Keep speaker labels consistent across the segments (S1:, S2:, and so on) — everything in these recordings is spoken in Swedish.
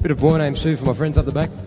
S1: bit of boy named Sue for my friends up the back.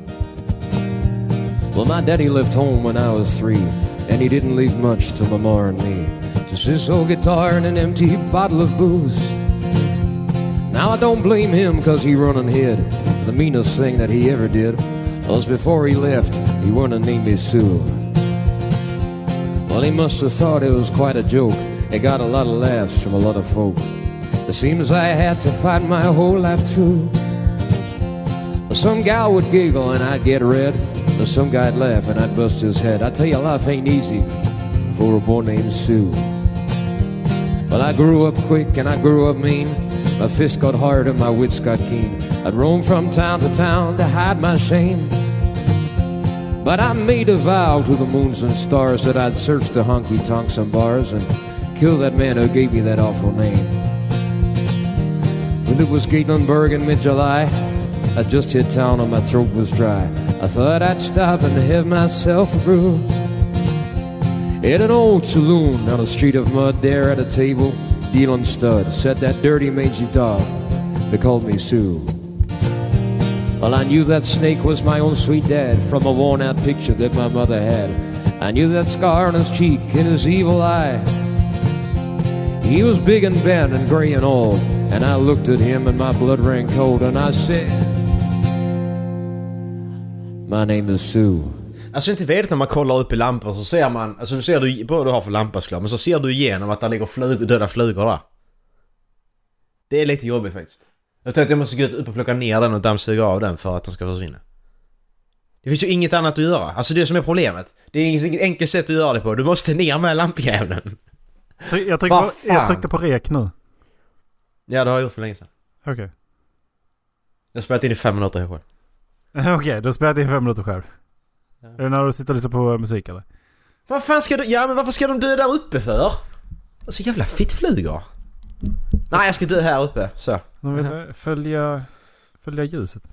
S1: Well, my daddy left home when I was 3, and he didn't leave much to my ma and me. Just his old guitar and an empty bottle of booze. Now I don't blame him, cause he run and hid. The meanest thing that he ever did was before he left, he wanna name me Sue. Well, he must have thought it was quite a joke. It got a lot of laughs from a lot of folk. It seems I had to fight my whole life through. Some gal would giggle and I'd get red. Some guy'd laugh and I'd bust his head. I tell you, life ain't easy for a boy named Sue. Well, I grew up quick and I grew up mean. My fists got hard and my wits got keen. I'd roam from town to town to hide my shame. But I made a vow to the moons and stars that I'd search the honky-tonks and bars and kill that man who gave me that awful name. When it was Gatlinburg in mid-July, I just hit town and my throat was dry. I thought I'd stop and have myself a brew. At an old saloon on a street of mud, there at a table, dealing stud, sat that dirty mangy dog. They called me Sue. Well, I knew that snake was my own sweet dad from a worn-out picture that my mother had. I knew that scar on his cheek and his evil eye. He was big and bent and gray and old, and I looked at him and my blood ran cold, and I said, my name is Sue.
S2: Alltså inte vet när man kollar upp i lampan så ser man, alltså du ser du vad du har för lampa såklart, men så ser du igenom att det ligger döda flugor där. Det är lite jobbigt faktiskt. Jag tänkte att jag måste gå ut och plocka ner den och dammsuga av den för att de ska försvinna. Det finns ju inget annat att göra. Alltså det som är problemet. Det är inget enkelt sätt att göra det på. Du måste ner med lampjävlen.
S3: Jag tryckte på rek nu.
S2: Ja, det har jag gjort för länge sedan.
S3: Okej. Okay.
S2: Jag har spelat in i 5 minuter själv.
S3: Okej, du har spelat in 5 minuter själv. Ja. Är det när du sitter och lyssnar på musik eller?
S2: Vad fan ska du... Ja, men varför ska de dö där uppe för? Alltså jävla fittflugor. Nej, jag ska dö här uppe. Så.
S3: De vill följa ljuset.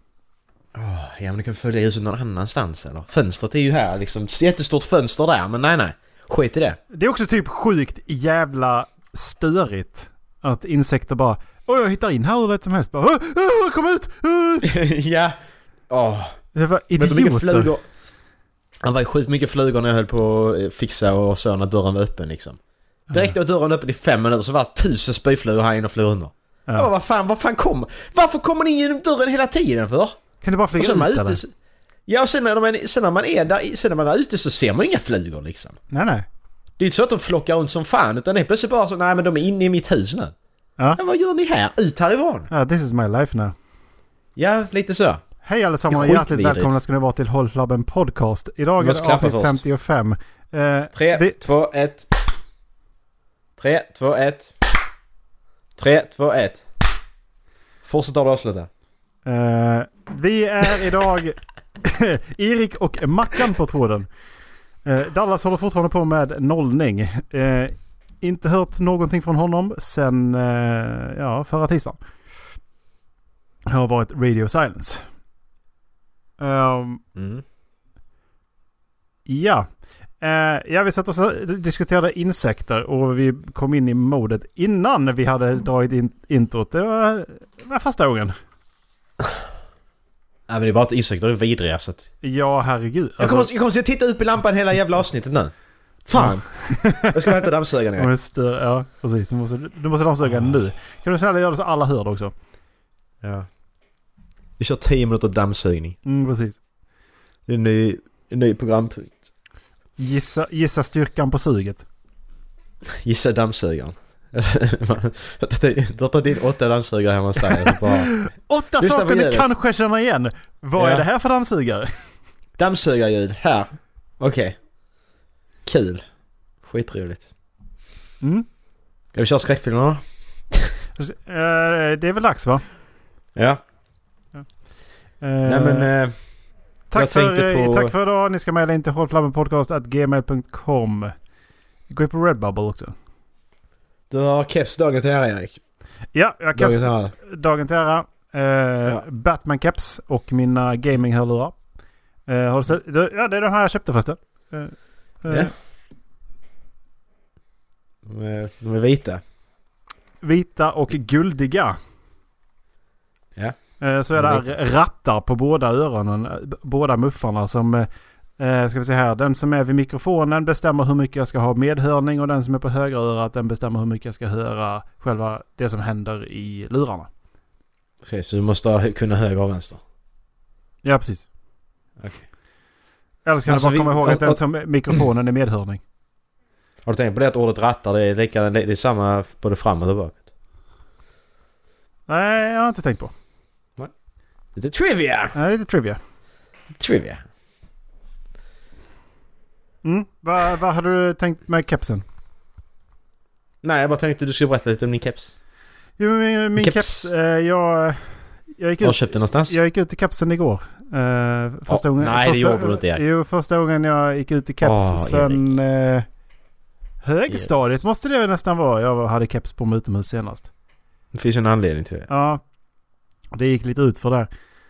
S2: Ja, men du kan följa ljuset någon annanstans eller? Fönstret är ju här liksom. Jättestort fönster där, men nej. Skit i det.
S3: Det är också typ sjukt jävla störigt att insekter bara... jag hittar in här hur lätt som helst. Bara, kom ut!
S2: Ja.
S3: Det var idioter.
S2: Han var ju sjukt mycket flugor när jag höll på att fixa och så när dörren var öppen liksom. Direkt när dörren var öppen i 5 minuter så var 1000 spyflugor här inne och flög under. Ja. Varför kommer ni genom dörren hela tiden för?
S3: Kan det bara flyga ut eller?
S2: Ja, och sen när man är där, sen när man är ute så ser man inga flugor liksom.
S3: Nej.
S2: Det är inte så att de flockar runt som fan, utan det är plötsligt bara så, nej men de är inne i mitt hus nu. Ja. Men vad gör ni här? Ut härifrån.
S3: Ja, this is my life now.
S2: Ja, lite så.
S3: Hej allesammans, hjärtligt välkomna ska ni vara till Håll Flabben Podcast. Idag är det avsnitt 55.
S2: 3, 2, 1. 3, 2, 1. 3, 2, 1. Fortsätt att avsluta.
S3: Vi är idag Erik och Mackan på tråden. Dallas håller fortfarande på med nollning. Inte hört någonting från honom sen förra tisdagen. Det har varit radio silence. Ja. Vi satt oss och diskuterade insekter och vi kom in i modet innan vi hade dragit in introt. Det var första gången.
S2: Ja, men det är bara att insekter är vidriga så att...
S3: Ja, herregud.
S2: Jag kommer att titta upp i lampan hela jävla avsnittet nu. Fan. Jag ska hämta dammsugaren.
S3: Ja, precis. Du måste dammsuga nu. Kan du snälla göra det så alla hör det också?
S2: Ja. Vi kör 10 minuter dammsugning.
S3: Precis.
S2: Det är en ny programpunkt.
S3: Gissa styrkan på suget.
S2: Gissa dammsugaren. Du tar din 8 dammsugare hemma hos dig.
S3: 8 saker du kanske känner igen. Vad är det här för dammsugare?
S2: Dammsugarljud. Här. Okej. Kul. Skitroligt. Ska vi köra skräckfilmerna?
S3: Det är väl dags va?
S2: Ja. Nej men...
S3: Tack för idag. Ni ska mejla in till hållflabbenpodcast@gmail.com. Gå på Redbubble också. Du
S2: har keps dagen till ära, Erik.
S3: Ja, jag har keps dagen till ära. Batman keps och mina gaming-hörlurar. Har du sett? Ja, det är de här jag köpte förresten.
S2: Ja. De är vita.
S3: Vita och guldiga.
S2: Ja.
S3: Så är det rattar på båda öronen, båda muffarna som... ska vi se här. Den som är vid mikrofonen bestämmer hur mycket jag ska ha medhörning och den som är på högra örat den bestämmer hur mycket jag ska höra själva det som händer i lurarna.
S2: Okej, så du måste kunna höger och vänster?
S3: Ja, precis.
S2: Okej.
S3: Eller ska du bara komma ihåg att den som mikrofonen är medhörning.
S2: Har du tänkt på det att ordet rattar det är samma både framåt och bakåt?
S3: Nej, jag har inte tänkt på.
S2: Lite trivia!
S3: Nej, lite trivia.
S2: Trivia.
S3: Vad hade du tänkt med kepsen?
S2: Nej, jag bara tänkte du skulle berätta lite om din keps.
S3: Jo, min keps jag gick ut...
S2: Har du köpt den någonstans?
S3: Jag gick ut i kepsen igår. Första gången...
S2: Nej, det gjorde du inte.
S3: Jo, första gången jag gick ut i keps sen... högstadiet måste det nästan vara. Jag hade keps på mig utomhus senast.
S2: Det finns ju en anledning till det.
S3: Ja, det gick lite ut för där.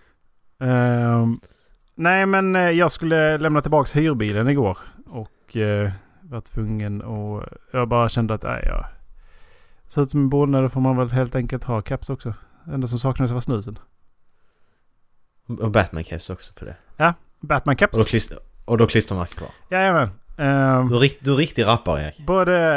S3: Nej, men jag skulle lämna tillbaka hyrbilen igår. Och var tvungen och jag bara kände att jag ser ut som en bonde. Då får man väl helt enkelt ha keps också. Det enda som saknades var snusen.
S2: Och Batman-keps också på det.
S3: Ja, Batman-keps.
S2: Och då klistermärket kvar.
S3: Jajamän.
S2: Du är riktig rappare, Erik.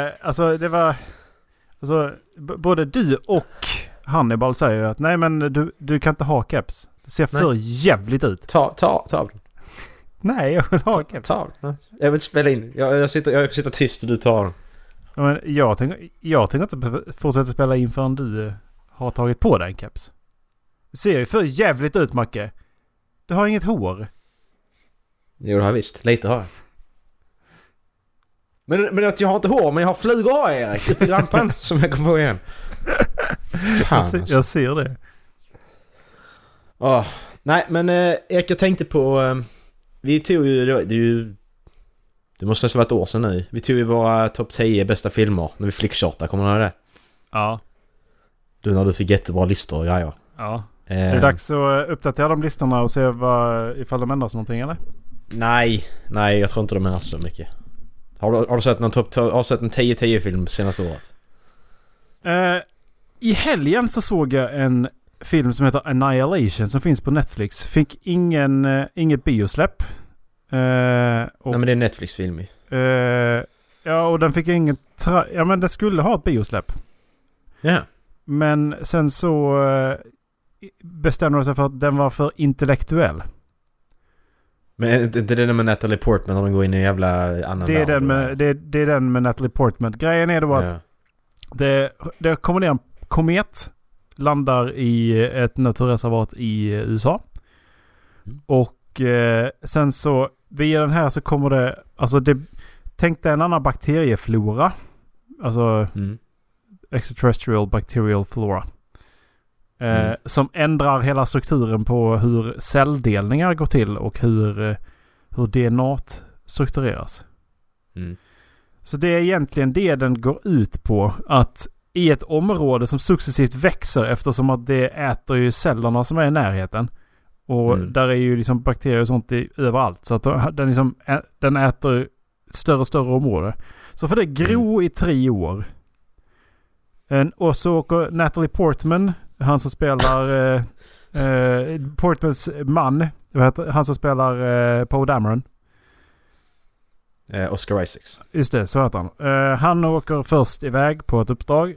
S3: Både du och Hannibal säger att nej, men du kan inte ha keps. Det ser för jävligt ut.
S2: Ta den.
S3: Nej, jag vill ha keps.
S2: Ta den. Jag vill inte spela in. Jag sitter tyst och du tar den.
S3: Men jag tänker inte fortsätta spela in förrän du har tagit på dig en keps. Det ser ju för jävligt ut, Macke. Du har inget hår.
S2: Jo, det har jag visst. Lite har jag. Men att jag har inte hår, men jag har flugor, Erik. Uppe i rampan som jag kommer på igen. Fan,
S3: jag ser det.
S2: Nej, men Erik, jag tänkte på... vi tog ju... Det måste nästan vara ett år sedan nu. Vi tog ju våra topp 10 bästa filmer när vi flickshortade. Kommer du ihåg det?
S3: Ja.
S2: När du fick jättebra listor, ja.
S3: Ja. Är det dags att uppdatera de listorna och se ifall de ändras någonting, eller?
S2: Nej, jag tror inte de ändras så mycket. Har du sett en 10-10-film senaste året?
S3: I helgen så såg jag en film som heter Annihilation som finns på Netflix. Fick inget biosläpp.
S2: Nej, men det är en Netflix-film.
S3: Ja, och den fick ingen... ja, men det skulle ha ett biosläpp.
S2: Ja.
S3: Men sen så bestämde de sig för att den var för intellektuell.
S2: Men är inte det med Natalie Portman när de går in i en jävla annan...
S3: Det är den med Natalie Portman. Grejen är då att det kommer ner en komet, landar i ett naturreservat i USA. Och sen så via den här så kommer det... Alltså tänk dig en annan bakterieflora. Alltså extraterrestrial bacterial flora. Som ändrar hela strukturen på hur celldelningar går till och hur DNA struktureras. Så det är egentligen det den går ut på, att i ett område som successivt växer eftersom att det äter ju cellerna som är i närheten. Och där är ju liksom bakterier och sånt överallt. Så att den äter större och större område. Så för det gro i 3 år. Och så åker Natalie Portman, han som spelar Portmans man, han som spelar Poe Dameron.
S2: Oscar Isaacs.
S3: Just det, så heter han. Han åker först iväg på ett uppdrag.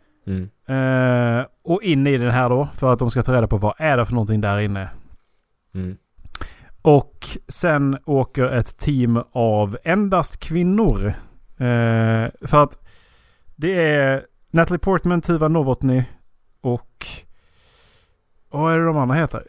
S3: Och in i den här då, för att de ska ta reda på vad är det för någonting där inne. Och sen åker ett team av endast kvinnor. För att det är Natalie Portman, Tuva Novotny och vad är det de andra heter?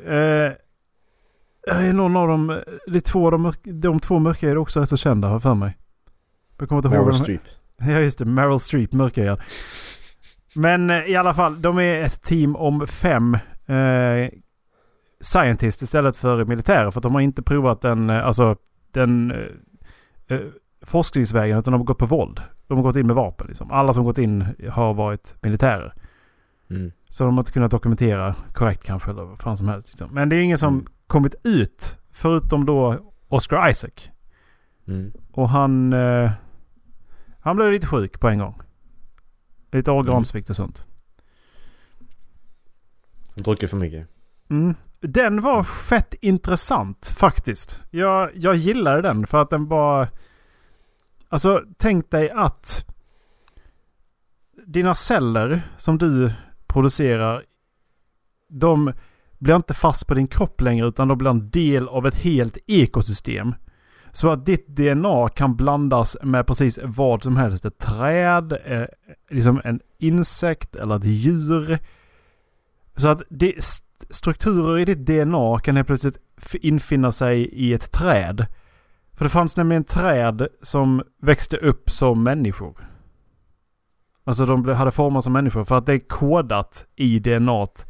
S3: Är någon av dem, de två mörka är också rätt så kända för mig. Jag kommer inte ihåg
S2: Meryl Streep.
S3: Ja, just det, Meryl Streep, mörka. Men i alla fall, de är ett team om 5 scientists istället för militärer, för att de har inte provat den forskningsvägen, utan de har gått på våld. De har gått in med vapen liksom. Alla som gått in har varit militärer. Så de har inte kunnat dokumentera korrekt kanske, eller vad fan som helst liksom. Men det är ingen som kommit ut förutom då Oscar Isaac. Och han blev lite sjuk på en gång. Lite organsvikt och sånt.
S2: Han dricker för mycket.
S3: Den var fett intressant faktiskt. Jag gillade den för att den var... Alltså, tänk dig att dina celler som du producerar, de blir inte fast på din kropp längre utan de blir en del av ett helt ekosystem. Så att ditt DNA kan blandas med precis vad som helst. Ett träd, liksom en insekt eller ett djur. Så att strukturer i ditt DNA kan helt plötsligt infinna sig i ett träd. För det fanns nämligen träd som växte upp som människor. Alltså de hade formats som människor för att det är kodat i DNAt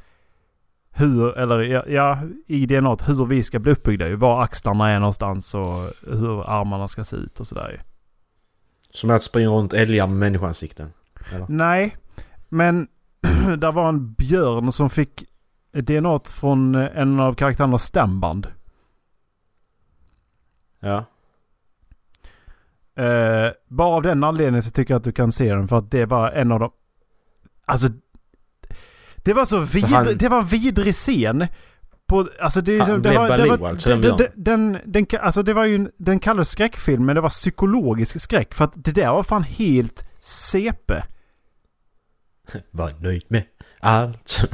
S3: i DNAt hur vi ska bli uppbyggda. Var axlarna är någonstans och hur armarna ska se ut och sådär.
S2: Som att springa runt älgar med människoansikten? Eller?
S3: Nej, men där var en björn som fick DNAt från en av karaktärernas stämband.
S2: Ja.
S3: Bara av den anledningen så tycker jag att du kan se den för att det var en av de... Alltså det var det var en vidrig scen på, alltså den kallades skräckfilm men det var psykologisk skräck för att det där var fan helt CP.
S2: Var nöjd med allt.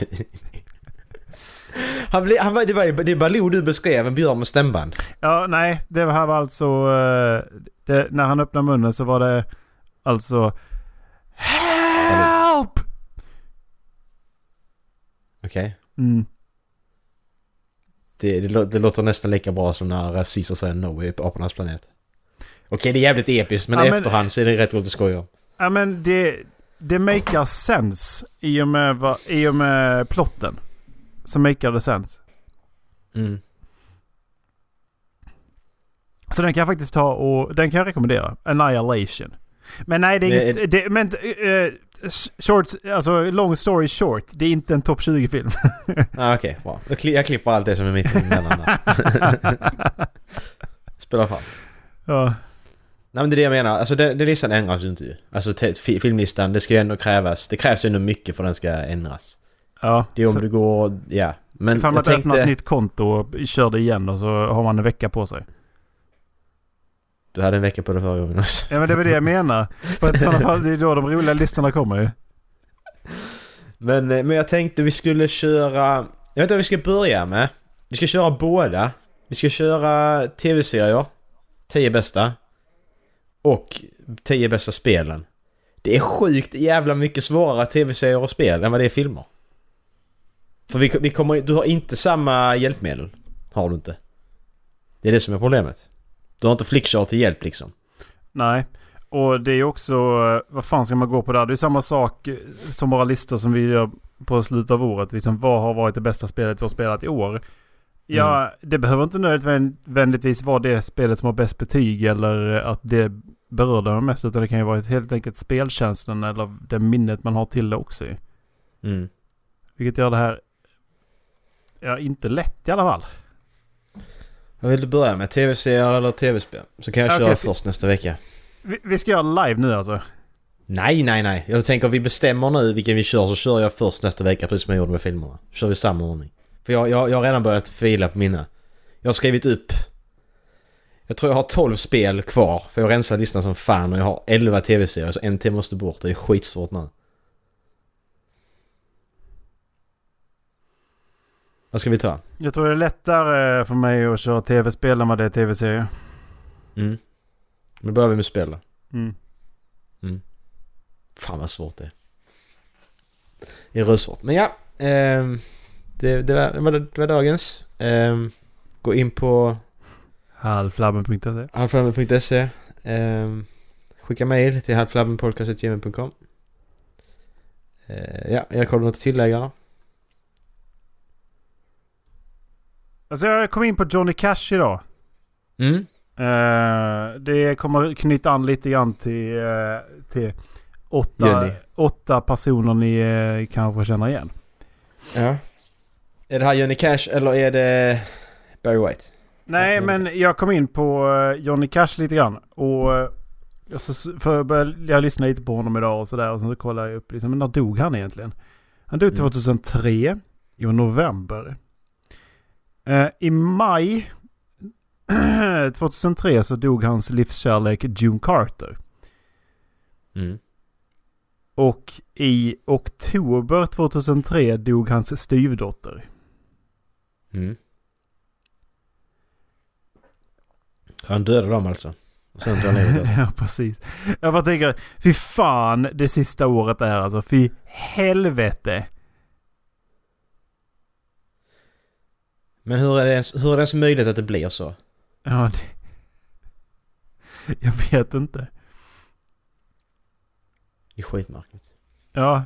S2: Det är Baloo du beskrev, en björn med stämband.
S3: Ja, nej, det här var alltså när han öppnade munnen så var det alltså HELP!
S2: Okej.
S3: Mm.
S2: Det låter nästan lika bra som när Caesar säger no på apornas planet. Okej, det är jävligt episkt men efterhand så är det rätt roligt att skoja.
S3: Ja, men det makar sense i och med plotten. Så makar det sense.
S2: Mm.
S3: Så den kan jag faktiskt ta och den kan jag rekommendera. Annihilation. Men nej, det är inte... short, alltså long story short, det är inte en topp 20-film.
S2: Okej, bra. Jag klipper allt det som är mitt emellan. Spelar fall.
S3: Ja.
S2: Nej, men det är det jag menar. Alltså den listan ändras ju inte ju. Alltså filmlistan, det ska ju ändå krävas. Det krävs ju ändå mycket för att den ska ändras.
S3: Ja.
S2: Det är om du går... Ja. Men
S3: ifall man öppnar ett nytt konto och kör det igen och så har man en vecka på sig.
S2: Du hade en vecka på det förra gången också.
S3: Ja, men det var det jag menar. För att i sådana fall, det är då de roliga listorna kommer ju.
S2: Men jag tänkte vi skulle köra... Jag vet inte vad vi ska börja med. Vi ska köra båda. Vi ska köra tv-serier. 10 bästa. Och 10 bästa spelen. Det är sjukt jävla mycket svårare tv-serier och spel än vad det är filmer. För du har inte samma hjälpmedel. Har du inte. Det är det som är problemet. Du har inte flickchart till hjälp liksom. Nej.
S3: Och det är också... Vad fan ska man gå på där? Det är samma sak som våra listor som vi gör på slutet av året. Liksom, vad har varit det bästa spelet vi har spelat i år? Ja, det behöver inte nödvändigtvis vara det spelet som har bäst betyg eller att det berör det mest. Utan det kan ju vara helt enkelt spelkänslan eller det minnet man har till det också.
S2: Mm.
S3: Vilket gör det här inte lätt i alla fall.
S2: Jag vill börja med tv-serier eller tv-spel. Så kan jag köra först nästa vecka. Vi ska göra live nu alltså? Nej. Jag tänker att vi bestämmer nu vilken vi kör så kör jag först nästa vecka precis som jag gjorde med filmerna. Kör vi samma ordning. För jag har redan börjat fila på mina. Jag har skrivit upp... Jag tror jag har 12 spel kvar. För jag rensar listan som fan och jag har 11 tv-serier så en till måste bort. Det är skitsvårt nu. Vad ska vi ta?
S3: Jag tror det är lättare för mig att köra tv-spel än vad det är tv-serier.
S2: Mm. Nu börjar vi med spel då.
S3: Mm.
S2: Fan vad svårt det är. Det är rösvårt. Men ja. Det var dagens. Gå in på halvflabben.se. Skicka mejl till halvflabbenpodcast@gmail.com. Jag kommer något tillägga då.
S3: Alltså jag kom in på Johnny Cash idag. Det kommer knyta an lite grann till 8 personer ni kanske känner igen.
S2: Ja. Är det här Johnny Cash eller är det Barry White?
S3: Nej, men jag kom in på Johnny Cash lite grann och jag lyssnade lite på honom idag och sådär och sen så kollade jag upp liksom, men när dog han egentligen? Han dog 2003. november. I maj 2003 så dog hans livskärlek June Carter.
S2: Mm.
S3: Och i oktober 2003 dog hans styvdotter.
S2: Mm. Han dödade dem alltså. Och sen tar han livet.
S3: Ja, precis. Jag bara tänker, fy fan det sista året är alltså. Fy helvete.
S2: Men hur är det ens möjligt att det blir så?
S3: Ja, jag vet inte.
S2: Det är skitmärkligt.
S3: Ja.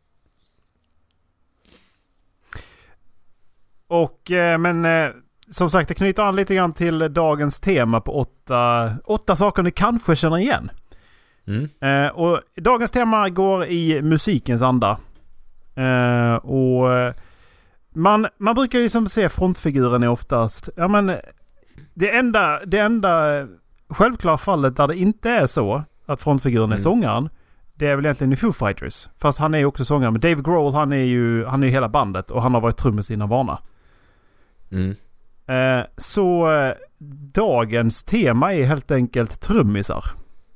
S3: Och men som sagt, det knyter an lite grann till dagens tema på 8 saker ni kanske känner igen.
S2: Mm.
S3: Och dagens tema går i musikens anda. Och man brukar ju som se frontfiguren är oftast, ja men det enda självklara fallet där det inte är så att frontfiguren är sångaren, det är väl egentligen i Foo Fighters. Fast han är ju också sångare. Men Dave Grohl, han är ju hela bandet. Och han har varit trummis i Nirvana.
S2: Mm.
S3: Så dagens tema är helt enkelt trummisar.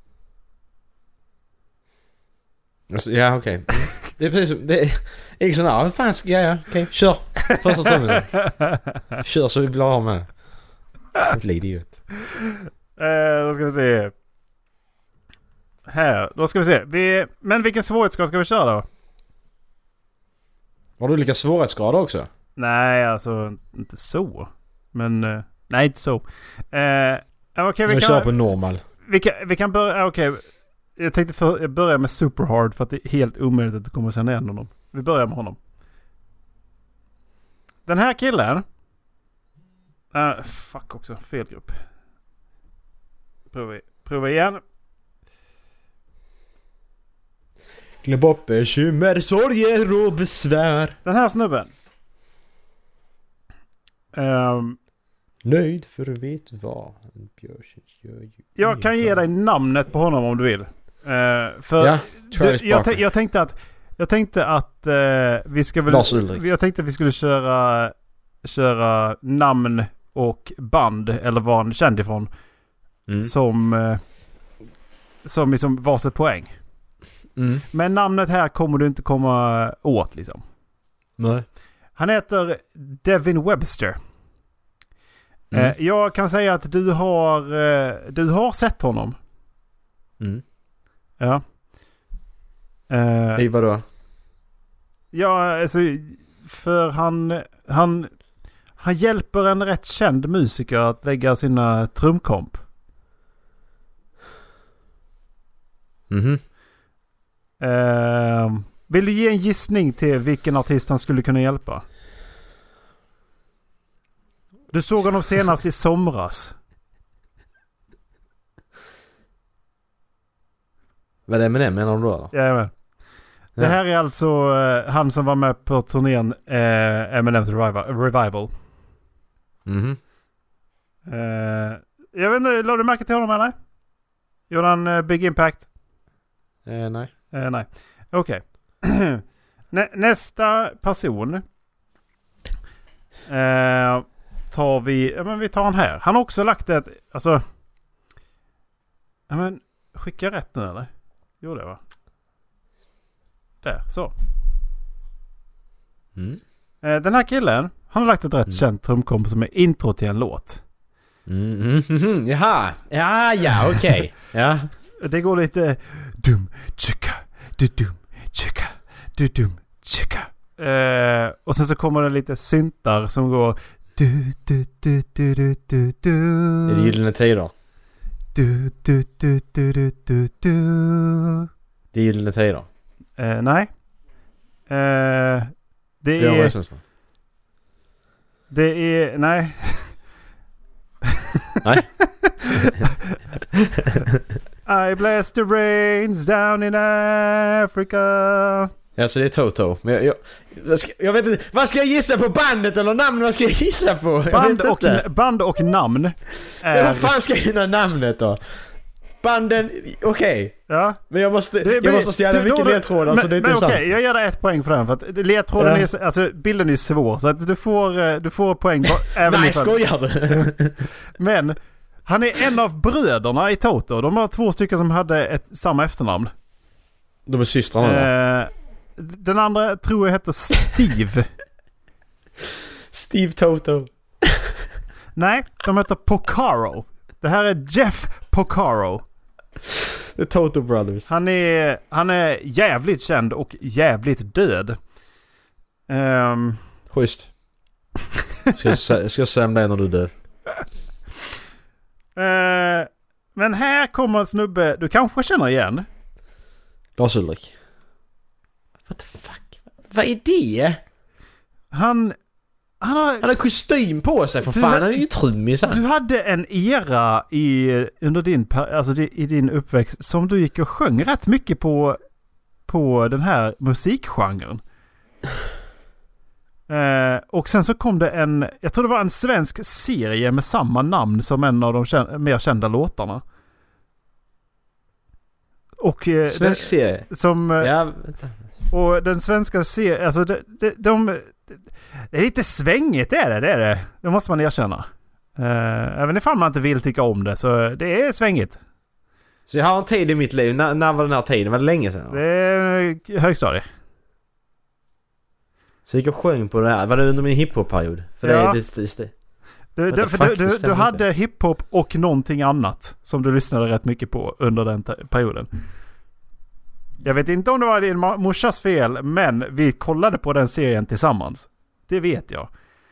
S2: Alltså, ja, okej. Okay. Det är precis som... Det är inte sån här... Vad fan ska jag... Okej, kör. Första trummisen. Kör så vi blir av med det. Blir det ut.
S3: Då ska vi se. Här, då ska vi se. Men vilken svårighetsgrad ska vi köra då?
S2: Har du olika svårighetsgrader också?
S3: Nej, alltså inte så. Men, nej inte så. Okay,
S2: vi kör på normal.
S3: Vi kan börja, okej. Jag tänkte börja med Superhard för att det är helt omöjligt att du kommer känna igen honom. Vi börjar med honom. Den här killen. Fuck också, fel grupp. Prova igen.
S2: Glöm bort bekymmer, sorger och besvär.
S3: Den här snubben.
S2: Nöjd för att vet vad.
S3: Jag kan ge dig namnet på honom om du vill. För
S2: ja,
S3: jag tänkte att vi ska väl...
S2: Lars Ulrik.
S3: Jag tänkte att vi skulle köra namn och band eller var han känd ifrån. Som liksom varsitt poäng.
S2: Mm.
S3: Men namnet här kommer du inte komma åt liksom.
S2: Nej.
S3: Han heter Devin Webster. Jag kan säga att du har sett honom.
S2: Mm.
S3: Ja.
S2: I vadå?
S3: Ja, alltså för han hjälper en rätt känd musiker att lägga sina trumkomp.
S2: Mhm.
S3: Vill du ge en gissning till vilken artist han skulle kunna hjälpa? Du såg honom senast i somras.
S2: Vad är det med det menar du då?
S3: Jajamän. Det här är alltså han som var med på turnén Eminem's Revival.
S2: Mhm.
S3: Jag vet inte, lade du märke till honom eller? Gjorde han Big Impact?
S2: Nej.
S3: Nej. Okej. Nästa person tar vi... Ja, men vi tar han här. Han har också lagt ett... Alltså... Ja, men skicka rätt nu eller? Gjorde det va? Där, så. Den här killen, han har lagt ett rätt känt trumkomp som är intro till en låt.
S2: Jaha. Ja, okej. Ja.
S3: Det går lite... Dum, tjicka, dum, tjicka, dum, tjicka. Och sen så kommer det lite syntar som går... Du.
S2: Är det Gyllene Tider?
S3: Du.
S2: Det är Gyllene Tider.
S3: Nej. Det är... Nej.
S2: Nej.
S3: I bless the rains down in Africa.
S2: Ja, så det är Toto. Men jag vet inte. Vad ska jag gissa på? Bandet eller namn? Vad ska jag gissa på?
S3: Band och namn.
S2: Vad fan ska jag gissa namnet då? banden, okej.
S3: Ja.
S2: Men jag måste ställa mycket ledtrådar så det är inte sant.
S3: Okej, jag ger dig 1 poäng för den. För att ledtråden är, alltså bilden är svår. Så att du får poäng. Även
S2: Nej, skojar du?
S3: Men han är en av bröderna i Toto. De var 2 stycken som hade samma efternamn.
S2: De är systrarna.
S3: Den andra tror jag heter Steve.
S2: Steve Toto.
S3: Nej, de heter Porcaro. Det här är Jeff Porcaro.
S2: The Toto Brothers.
S3: Han är jävligt känd och jävligt död.
S2: Schysst. Ska jag säga om dig när du dör.
S3: Men här kommer en snubbe du kanske känner igen.
S2: Lars Ulrik. What the fuck? Vad är det? Han har kostym på sig för fan. Han är ju trummis.
S3: Du hade en era under din uppväxt som du gick och sjöng rätt mycket på den här musikgenren. Och sen så kom det jag tror det var en svensk serie med samma namn som en av de mer kända låtarna. Och
S2: svensk serie? Ja, vänta.
S3: Och den svenska serien, alltså det är lite svängigt, det är det. Det måste man erkänna. Även ifall man inte vill tycka om det, så det är svängigt.
S2: Så jag har en tid i mitt liv. När var den här tiden? Var det länge sedan?
S3: Det är högstadie.
S2: Så jag gick och sjöng på det här. Var det under min hiphop-period? För
S3: ja. Du hade hiphop och någonting annat som du lyssnade rätt mycket på under den perioden. Jag vet inte om det var din morsas fel, men vi kollade på den serien tillsammans. Det vet jag.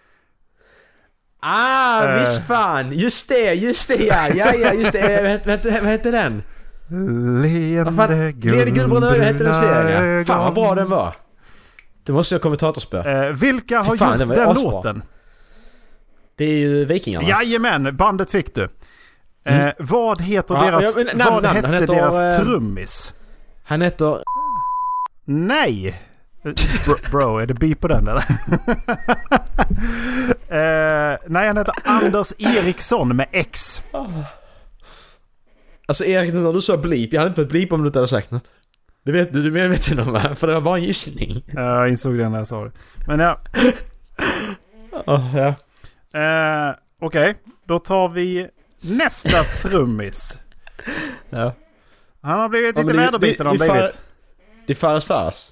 S2: Visst fan. Just det, ja, just det. Vad hette den?
S3: Leende
S2: guldbruna ögon hette den serien. Fan vad bra den var. Det måste jag kommentatorspö.
S3: Vilka har gjort den låten?
S2: Det är ju Vikingarna.
S3: Jajamän, bandet fick du. Vad heter deras trummis?
S2: Han heter...
S3: Nej! Bro, är det beep på den eller? Nej, han heter Anders Eriksson med X.
S2: Alltså Erik, när du sa bleep, jag hade inte fått bleep om du inte hade sagt något. Du vet inte om det, för det var bara en gissning.
S3: Jag insåg det när jag sa det. Men ja. Okej, då tar vi nästa trummis.
S2: Ja.
S3: Han har blivit lite väderbiten han blivit.
S2: Det är Fares.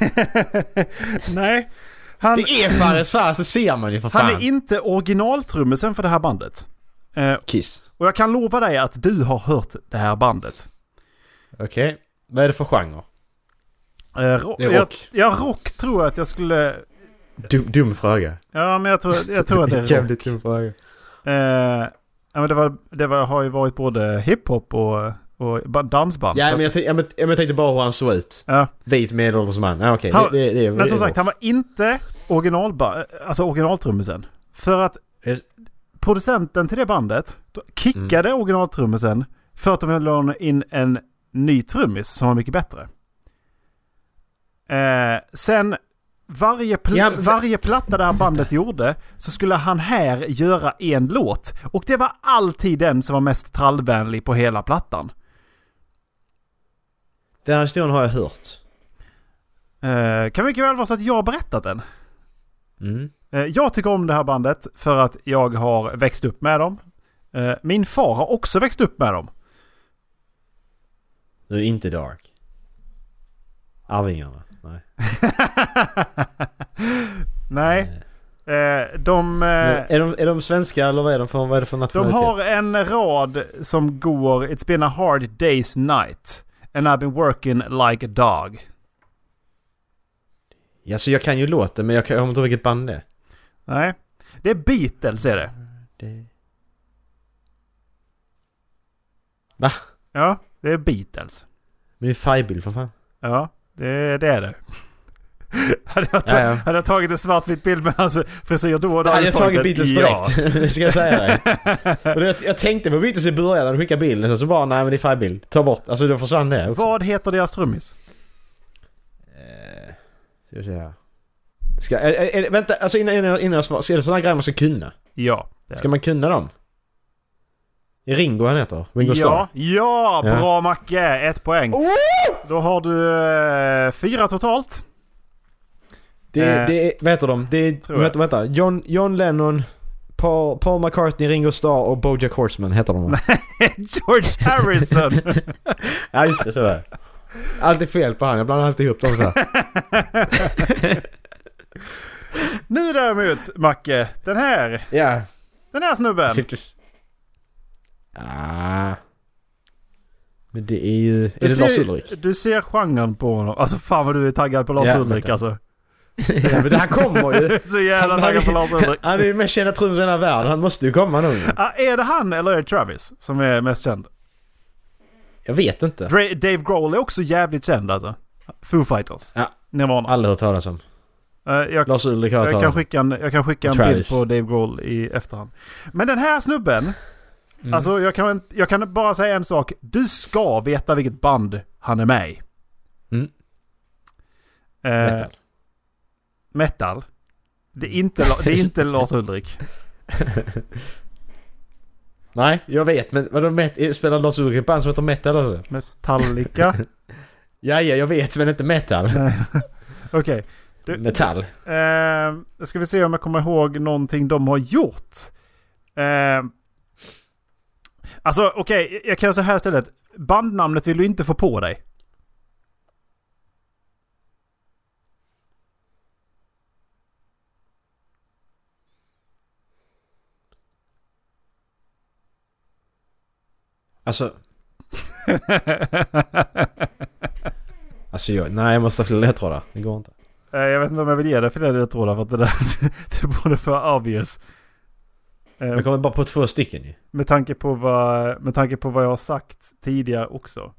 S3: Nej.
S2: Det är Fares, det ser man ju för fan.
S3: Han är inte originaltrummisen för det här bandet.
S2: Kiss.
S3: Och jag kan lova dig att du har hört det här bandet.
S2: Okej. Vad är det för genre?
S3: Det är rock. Rock tror jag att jag skulle...
S2: Dum fråga.
S3: Ja, men jag tror att det är rock.
S2: Jävligt dum fråga.
S3: Men det har ju varit både hiphop och dansband.
S2: Ja, men jag tänkte bara hur han såg ut.
S3: Ja.
S2: Vit medelålders man. Ja, okej.
S3: Men som sagt, han var inte originaltrummisen. För att producenten till det bandet kickade originaltrummisen för att de ville låna in en ny trummis som var mycket bättre. Sen varje platta där bandet gjorde så skulle han här göra en låt. Och det var alltid den som var mest trallvänlig på hela plattan.
S2: Den här historien har jag hört.
S3: Kan mycket väl vara så att jag har berättat den. Jag tycker om det här bandet för att jag har växt upp med dem. Min far har också växt upp med dem.
S2: Du är inte Dark. Arvingarna. Nej.
S3: Nej.
S2: Är de svenska eller vad är det för nationalitet?
S3: De har en rad som går It's been a hard day's night and I've been working like a dog.
S2: Ja, så jag kan ju låten, men jag har inte vilket band det är.
S3: Nej. Det är Beatles är det.
S2: Va?
S3: Ja, det är Beatles.
S2: Men det är färgbild för fan.
S3: Ja, det är det. Hade jag tagit en svartvit bild med hans frisyr då och då
S2: hade jag tagit Beatles direkt. Det ska jag säga dig. Jag tänkte på Beatles i början när de skickade bilden, så bara, nej men det är färgbild. Ta bort, alltså då försvann det.
S3: Vad heter deras trummis?
S2: Ska jag säga. Vänta, alltså innan jag svarar, ser det sådana grejer man ska kunna?
S3: Ja.
S2: Ska man kunna dem? Ringo han heter. Ringo Starr.
S3: Ja, bra Macke. 1 poäng. Då har du 4 totalt.
S2: Det är, vad heter de? Det är, vänta. John Lennon, Paul McCartney, Ringo Starr och BoJack Horseman heter de.
S3: George Harrison.
S2: Ja, just det, så är det. Alltid fel på han. Jag blandar alltid ihop dem så här.
S3: Nu däremot, Macke. Den här snubben.
S2: 50... Men det är ju... Är det Lars Ulrik?
S3: Du ser genren på honom. Alltså fan vad du är taggad på Lars Ulrik alltså.
S2: Ja, men det här kommer ju.
S3: Så jävla taggad på Lars Ulrik.
S2: Han är ju mest kända trummis i den här världen. Han måste ju komma någon.
S3: Är det han eller är det Travis som är mest känd?
S2: Jag vet inte.
S3: Dave Grohl är också jävligt känd alltså. Foo Fighters.
S2: Ja.
S3: Nirvana.
S2: Aldrig hört talas om. Lars Ulrik har hört talas om.
S3: Jag kan skicka en bild på Dave Grohl i efterhand. Men den här snubben... Alltså jag kan bara säga en sak. Du ska veta vilket band han är med i. Metal. Det är inte Lars Ulrik.
S2: Nej, jag vet. Men vadå spelar Lars Ulrik ett band som heter Metal alltså?
S3: Metallica.
S2: Ja, jag vet, men inte Metal.
S3: Okej.
S2: Metal.
S3: Ska vi se om jag kommer ihåg någonting de har gjort. Alltså okej, jag kan säga så här istället. Bandnamnet vill du inte få på dig.
S2: Alltså jag måste ha fler ledtrådar. Det går inte.
S3: Jag vet inte om jag vill ge dig fler ledtrådar för att det där det borde vara obvious.
S2: Jag kommer bara på 2 stycken ju.
S3: Med tanke på vad jag har sagt tidigare också.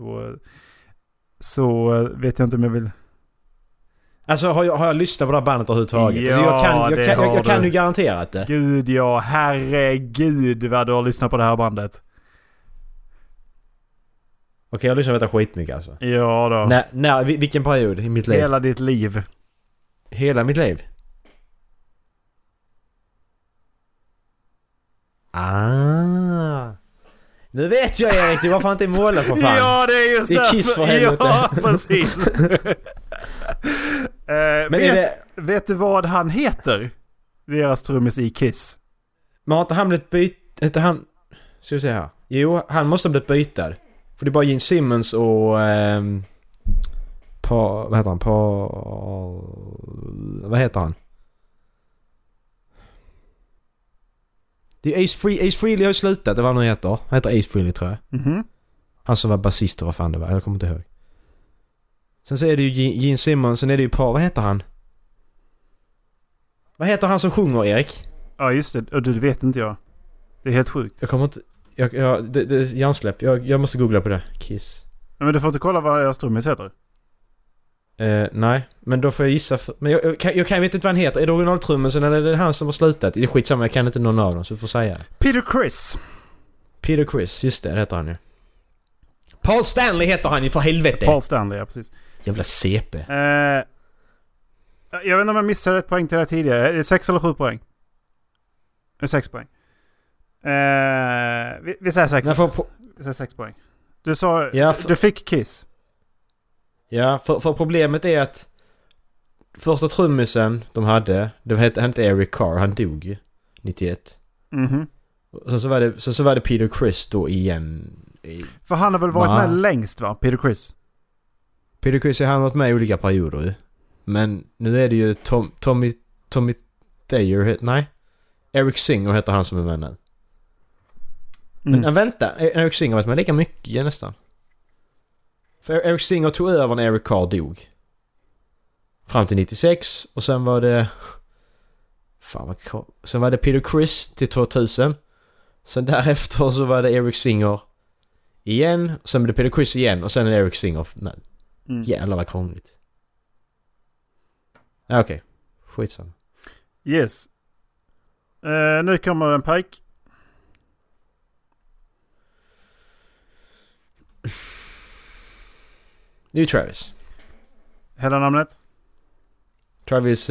S3: Så vet jag inte om jag vill.
S2: Alltså har jag lyssnat på det här bandet överhuvudtaget?
S3: Ja,
S2: alltså, jag kan ju garantera att det.
S3: Gud ja, herregud vad du har lyssnat på det här bandet.
S2: Okej, jag har lyssnat på detta skitmycket alltså.
S3: Ja då.
S2: När vilken period i mitt liv?
S3: Hela ditt liv.
S2: Hela mitt liv? Nu vet jag Erik, det var fan inte målet för fan.
S3: Ja, det är just
S2: det är Kiss för helvete.
S3: Ja, precis. Men vet du vad han heter? Deras trummis i Kiss.
S2: Men har inte han blivit bytt? Inte han... Ska vi se här. Jo, han måste ha blivit bytad. För det är bara Gene Simmons och... vad heter han? Vad heter han? Det är Ace Frehley har ju slutat. Det var någon heter. Han heter Ace Frehley tror jag.
S3: Mm-hmm.
S2: Han som var basist och vad fan det var. Jag kommer inte ihåg. Sen så är det ju Gene Simmons. Sen är det ju vad heter han? Vad heter han som sjunger, Erik?
S3: Ja, just det. Och du vet inte jag. Det är helt sjukt.
S2: Jag kommer inte... det är hjärnsläpp. Jag måste googla på det. Kiss.
S3: Men du får inte kolla vad deras trummis heter.
S2: Nej, men då får jag gissa men jag kan vet inte vad han heter. Är det originaltrummisen eller är det han som har slutat? Det är skitsamma, jag kan inte någon av dem så du får säga.
S3: Peter Criss,
S2: just det heter han ju. Paul Stanley heter han ju för helvete.
S3: Paul Stanley, ja precis.
S2: Jävla CP.
S3: Jag vet inte om jag missade ett poäng till det tidigare. Är det 6 eller 7 poäng? Det är 6 poäng. Vi säger 6. Vi säger 6 poäng. Du sa du fick Kiss.
S2: Ja, för problemet är att första trummisen de hade, det hette Eric Carr, han dog ju 91.
S3: Mhm.
S2: Och så var det Peter Criss då igen.
S3: För han har väl varit med längst va, Peter Criss?
S2: Peter Criss har varit med i olika perioder ju. Men nu är det ju Tommy Thayer, nej. Eric Singer heter han som är med nu. Men vänta, Eric Singer har varit med lika mycket nästan. För Eric Singer tog över när Eric Carr dog. Fram till 96. Och sen var det... Sen var det Peter Criss till 2000. Sen därefter så var det Eric Singer igen. Sen var det Peter Criss igen. Och sen är det Eric Singer med. Jävlar vad krångligt. Ja, okej. Skitsamma.
S3: Yes. Nu kommer en pike.
S2: Det är ju Travis.
S3: Hela namnet?
S2: Travis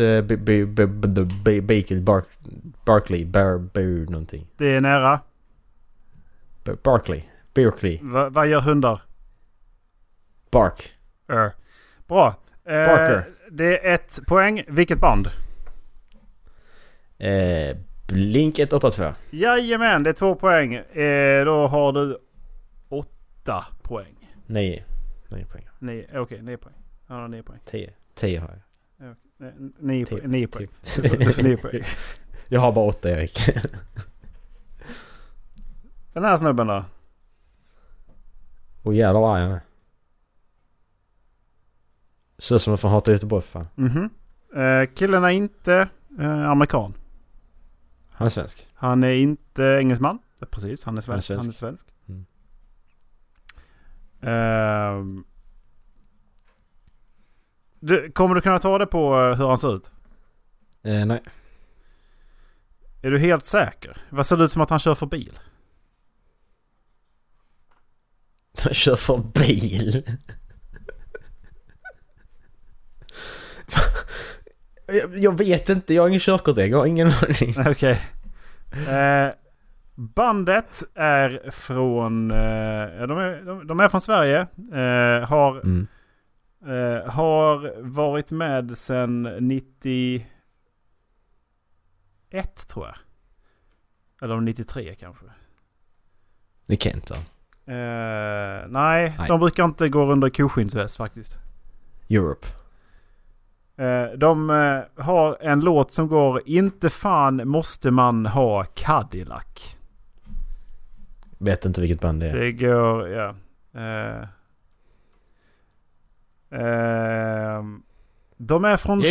S2: Barkley någonting.
S3: Det är nära.
S2: Berkeley.
S3: Vad gör hundar?
S2: Bark.
S3: Bra.
S2: Barker.
S3: Det är 1 poäng. Vilket band?
S2: Blink 182.
S3: Jajamän, det är 2 poäng. Då har du 8 poäng.
S2: 9 poäng.
S3: 9 poäng. Han har 9 poäng.
S2: 10 har jag.
S3: 9 poäng. 9 poäng.
S2: Jag har bara 8, Erik.
S3: Den här snubben då?
S2: Jävlar vad arg han är. Så som man får hata Göteborg för fan.
S3: Killen är inte amerikan.
S2: Han är svensk.
S3: Han är inte engelsman. Precis, han är svensk. Han är svensk. Kommer du kunna ta det på hur han ser ut?
S2: Nej.
S3: Är du helt säker? Vad ser det ut som att han kör för bil?
S2: Han kör för bil? Jag vet inte, jag har ingen körkort, jag har ingen aning.
S3: Okej. Bandet är från de är från Sverige. Har varit med sedan 91 tror jag. Eller 93 kanske.
S2: Det kan inte.
S3: Nej, de brukar inte gå under koskinnsväst faktiskt.
S2: Europe.
S3: De har en låt som går inte fan måste man ha Cadillac.
S2: Vet inte vilket band det är.
S3: Det går, ja. De är från...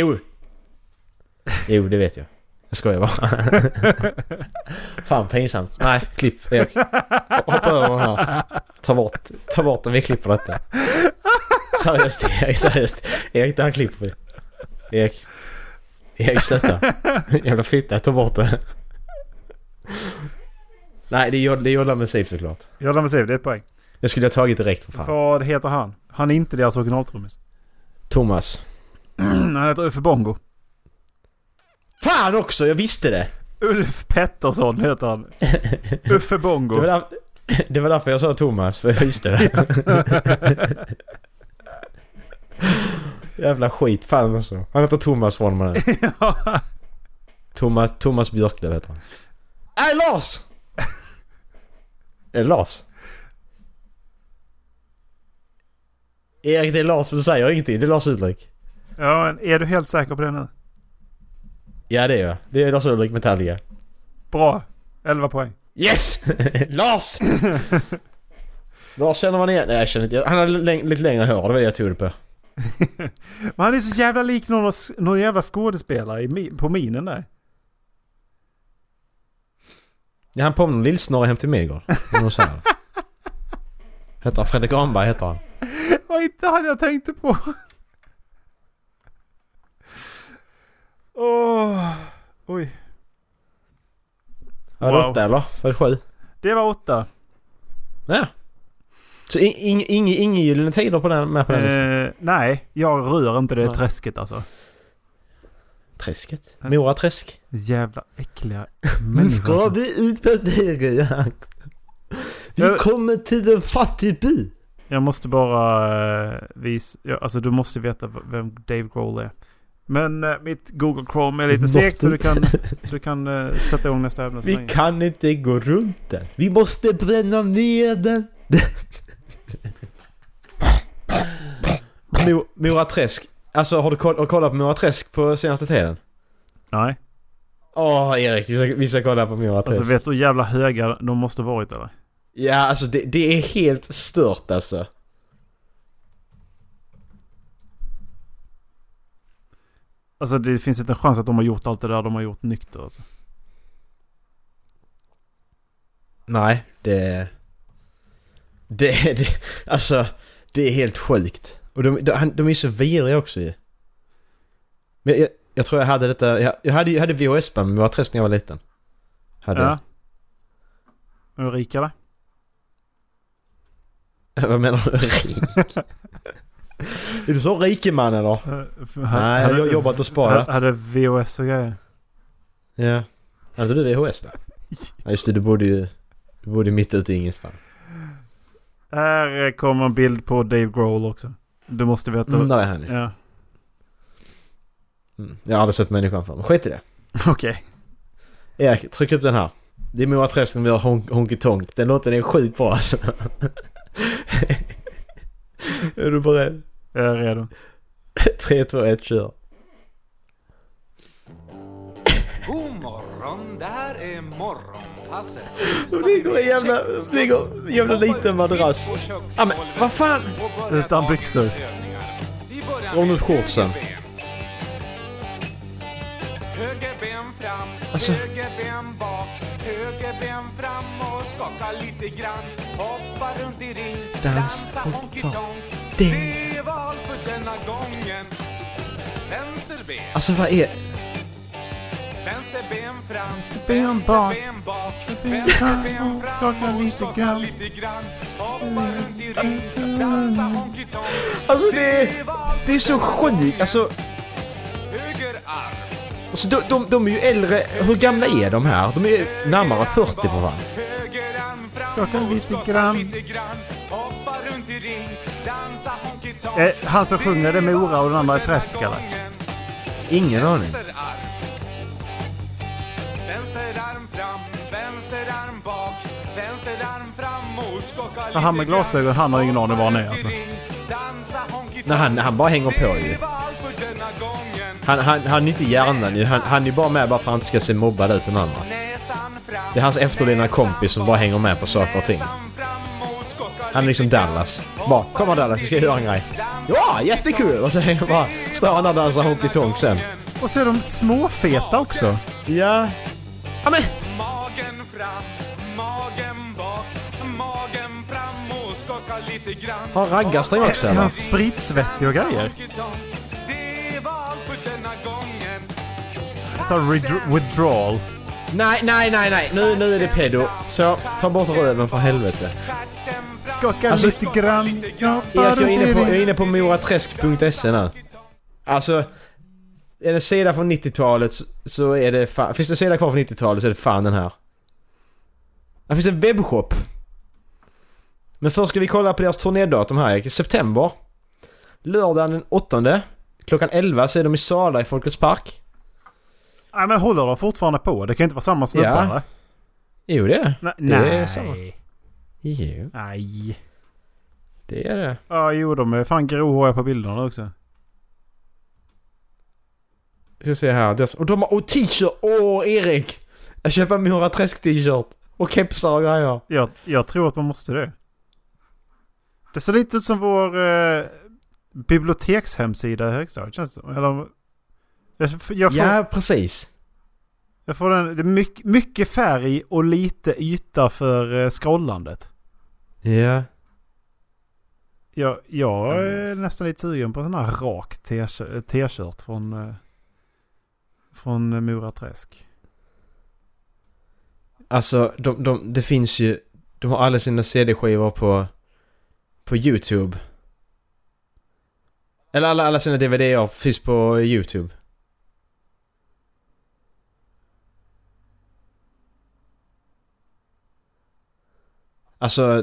S2: Jo, det vet jag. Jag skojar bara. Fan, pinsamt. Nej, klipp, Erik. Hoppa över den här. Ta bort den, vi klipper detta. Seriöst. Erik, det här klipper vi. Erik, stötta. Jävla fitta, ta bort det. Nej, det är Jordan Messiv såklart.
S3: Jordan Messiv, det är ett poäng.
S2: Jag skulle ha tagit direkt för fan.
S3: Vad heter han? Han är inte deras originaltrummis.
S2: Thomas.
S3: Han heter Uffe Bongo.
S2: Fan också, jag visste det.
S3: Ulf Pettersson heter han. Uffe Bongo.
S2: Det var därför jag sa Thomas, för jag visste det. Jävla skit, fan också. Han heter Thomas från mig. Thomas Björklöv heter han. Lars! Är det Lars? Erik, det är Lars, för du säger ingenting. Det är Lars Ulrik.
S3: Ja, men är du helt säker på det nu?
S2: Ja, det är jag. Det är Lars Ulrik Metallica.
S3: Bra. 11 poäng.
S2: Yes! Lars! Lars känner man igen. Nej, jag känner inte. Han har lite längre hår, det var det jag tog det på.
S3: Men han är så jävla lik någon jävla skådespelare på minen där.
S2: Ja, han påminner Lillsnorre hem till Midgård. Heter han Fredrik Granberg, heter han.
S3: Vad inte hade jag tänkte på. Oj.
S2: Var det 8 eller? Var det 7?
S3: Det var 8.
S2: Ja. Så ingen gyllene tider på den listan?
S3: Nej, jag rör inte det träsket alltså.
S2: Träsket? Mora träsk?
S3: Jävla äckliga
S2: Nu ska vi ut på jakt. Vi kommer till en fattig by.
S3: Jag måste bara visa... Alltså du måste veta vem Dave Grohl är. Men mitt Google Chrome är lite segt så du kan sätta igång nästa ämne.
S2: Vi kan inte gå runt den. Vi måste bränna ner den. Mora träsk. Alltså har du kollat på Mora träsk på senaste tiden?
S3: Nej.
S2: Erik, vi ska kolla på Mora träsk.
S3: Alltså vet du hur jävla höga de måste varit eller?
S2: Ja, alltså det är helt stört alltså.
S3: Alltså det finns inte en chans att de har gjort allt det där de har gjort nykter alltså.
S2: Nej, alltså det är helt sjukt. Och de är så vidriga också ju. Men jag tror jag hade detta. Jag hade VHS-band med Mora träsk när jag var liten.
S3: Ja. Är du rik eller?
S2: Vad menar du rik? Är du så rikeman eller? Nej, jag har jobbat och sparat.
S3: Hade VHS och grejer?
S2: Ja. Hade du VHS då? Ja, just det, du bodde ju Vi bodde mitt ute i ingenstans.
S3: Här kommer en bild på Dave Grohl också. Du måste veta.
S2: Där är han.
S3: Ja.
S2: Jag har aldrig sett människan för mig. Skit i det.
S3: Okej.
S2: Erik, tryck upp den här. Det är Mora Träsk som vi har Honky Tonk. Den låten är sjukt bra alltså. Är du beredd?
S3: Jag är redo.
S2: 3, 2, 1, kör.
S4: God morgon, det här är morgonpasset.
S2: Och det går en jävla liten madrass. Ja men, vad fan?
S3: Utan byxor.
S2: Dra nu shortsen.
S4: Höger ben fram,
S2: Alltså.
S4: höger ben bak, höger ben fram och skaka lite grann. Hoppa runt i ring, dansa honky tonk. Det är val för denna gången. Vänster ben,
S2: Alltså vad är...
S4: vänster ben fram,
S3: ben bak,
S4: ben bak,
S3: ben
S4: vänster
S3: fram
S4: ben
S3: och
S4: fram
S3: skaka
S4: och
S3: lite
S4: skaka
S3: grann.
S4: lite grann. Hoppa runt i ring, dansa honky tonk.
S2: Alltså det är så sjukt. Alltså
S4: Höger arm.
S2: Alltså de är ju äldre. Hur gamla är de här? De är ju närmare 40 för fan.
S3: Skaka lite grann. Han som sjunger det Mora och den andra är Träsk eller?
S2: Ingen aning.
S4: Vänster arm fram, vänster arm bak, vänster arm fram och skaka lite.
S3: Han med glasögon, han har ingen aning var han är alltså.
S2: Nej, han bara hänger på ju. Han är inte hjärnan ju. Han är bara med bara för att han inte ska se mobbad ut den andra. Det är hans efterlevna kompis som bara hänger med på saker och ting. Han är liksom Dallas. Bara, kom Dallas, vi ska göra en grej. Ja, jättekul! Och så hänger bara, står han där och dansar honky tonk sen.
S3: Och så är de småfeta också.
S2: Ja. Ja men!
S4: Magen fram, magen bak, magen fram och skaka lite grann.
S2: Har raggarsträng också
S3: Är
S2: eller?
S3: han spritsvettig och grejer?
S4: Det var för denna gången.
S3: Så withdrawal.
S2: Nej. Nu är det pedo. Så, ta bort röven för helvete.
S3: Skaka
S2: Alltså,
S3: lite grann.
S2: Erik, jag är inne på moraträsk.se nu. Alltså, är det sida från 90-talet så är det fan... Finns det sida kvar från 90-talet så är det fan den här. Det finns en webbshop. Men först ska vi kolla på deras turnédatum här, Erik. September. Lördagen den 8. Klockan 11 så är de i Sala i Folkets Park.
S3: Nej men håller de fortfarande på? Det kan inte vara samma snubbar
S2: Ja.
S3: eller?
S2: Jo, det är det. Det är
S3: Nej.
S2: samma. Jo,
S3: Nej.
S2: det är det.
S3: Ja, jo, de är fan gråhåriga på bilderna också.
S2: Jag ska se här. Och de har t-shirt. Erik! Jag köper en Mora Träsk t-shirt. Och kepsar och grejer.
S3: Jag tror att man måste det. Det ser lite ut som vår bibliotekshemsida i högstadiet, känns det som. Eller, jag får,
S2: Ja, precis.
S3: jag får det är mycket färg och lite yta för scrollandet.
S2: Ja.
S3: Jag är nästan lite sugen på en sån här rak t-shirt från Mora Träsk.
S2: Alltså, det finns ju... De har alla sina CD-skivor på YouTube. Eller alla sina DVD-er finns på YouTube. Alltså...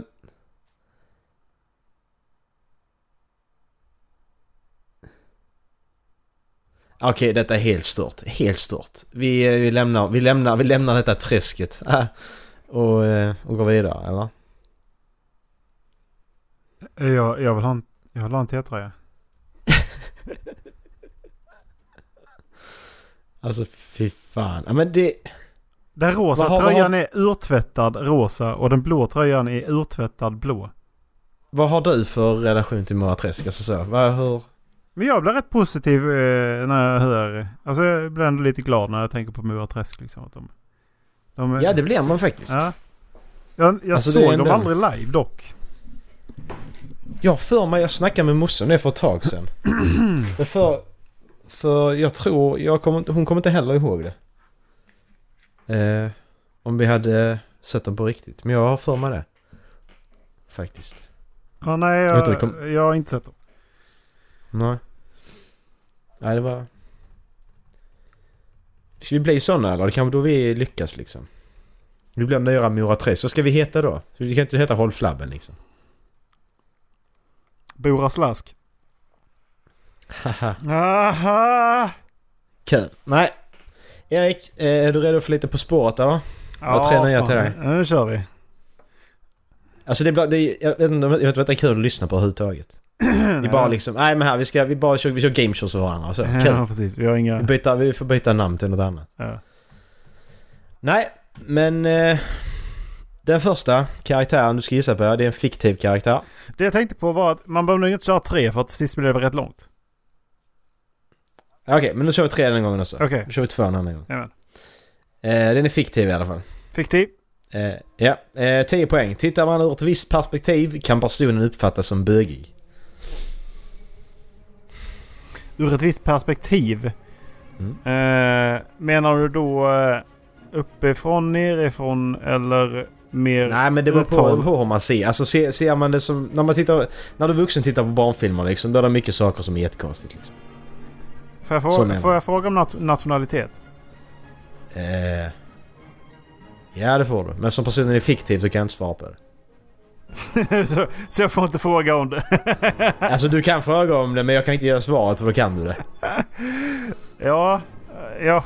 S2: Okej, detta är helt stört. Helt stört. Vi lämnar detta träsket. Och går vidare, eller?
S3: Jag vill ha en T-tröja.
S2: Alltså, fy fan. Ja, men det...
S3: Den rosa tröjan är urtvättad rosa och den blå tröjan är urtvättad blå.
S2: Vad har du för relation till Mora Träsk? Alltså så, hur...
S3: Men jag blir rätt positiv när jag hör... Alltså jag blir ändå lite glad när jag tänker på Mora Träsk liksom. Att de
S2: Ja, det blir man faktiskt.
S3: Ja. Jag
S2: Alltså,
S3: såg dem aldrig live dock.
S2: Jag snackade med morsan det för ett tag sedan. Men för jag tror... hon kommer inte heller ihåg det. Om vi hade sett dem på riktigt. Men jag har för mig det. Faktiskt.
S3: Ja, nej, jag har inte sett dem.
S2: Nej, det var... Ska vi bli såna eller? Det kan då vi lyckas liksom. Det blir nya Mora Träsk. Vad ska vi heta då? Vi kan inte heta Håll Flabben liksom.
S3: Bora Slask.
S2: Haha.
S3: Aha!
S2: Kul. Nej. Erik, är du redo för lite På spåret eller? Jag har 3 nya till dig.
S3: Nu kör vi.
S2: Alltså jag vet inte om det är kul att lyssna på överhuvudtaget. Vi bara liksom, nej men här, vi kör game shows och varandra. Så, kul.
S3: Ja, precis. Vi har inga...
S2: Vi får byta namn till något annat.
S3: Ja.
S2: Nej, men den första karaktären du ska gissa på, det är en fiktiv karaktär.
S3: Det jag tänkte på var att man behöver nog inte köra 3 för att sist blev det rätt långt.
S2: Okej, men då kör vi 3 den gången också.
S3: Okej.
S2: Då kör vi 2 den här gången.
S3: Jajamän.
S2: Den är fiktiv i alla fall.
S3: Fiktiv.
S2: 10 poäng. Tittar man ur ett visst perspektiv kan personen uppfattas som bögig.
S3: Ur ett visst perspektiv. Menar du då uppifrån, nerifrån eller mer?
S2: Nej, men det beror på hur man ser. Alltså ser man det som när du vuxen tittar på barnfilmer liksom, då är det mycket saker som är jättekonstigt liksom.
S3: Får jag fråga om nationalitet?
S2: Ja, det får du. Men som personen är fiktiv så kan jag inte svara på det.
S3: så jag får inte fråga om det.
S2: Alltså du kan fråga om det, men jag kan inte göra svaret för då kan du det.
S3: Ja, jag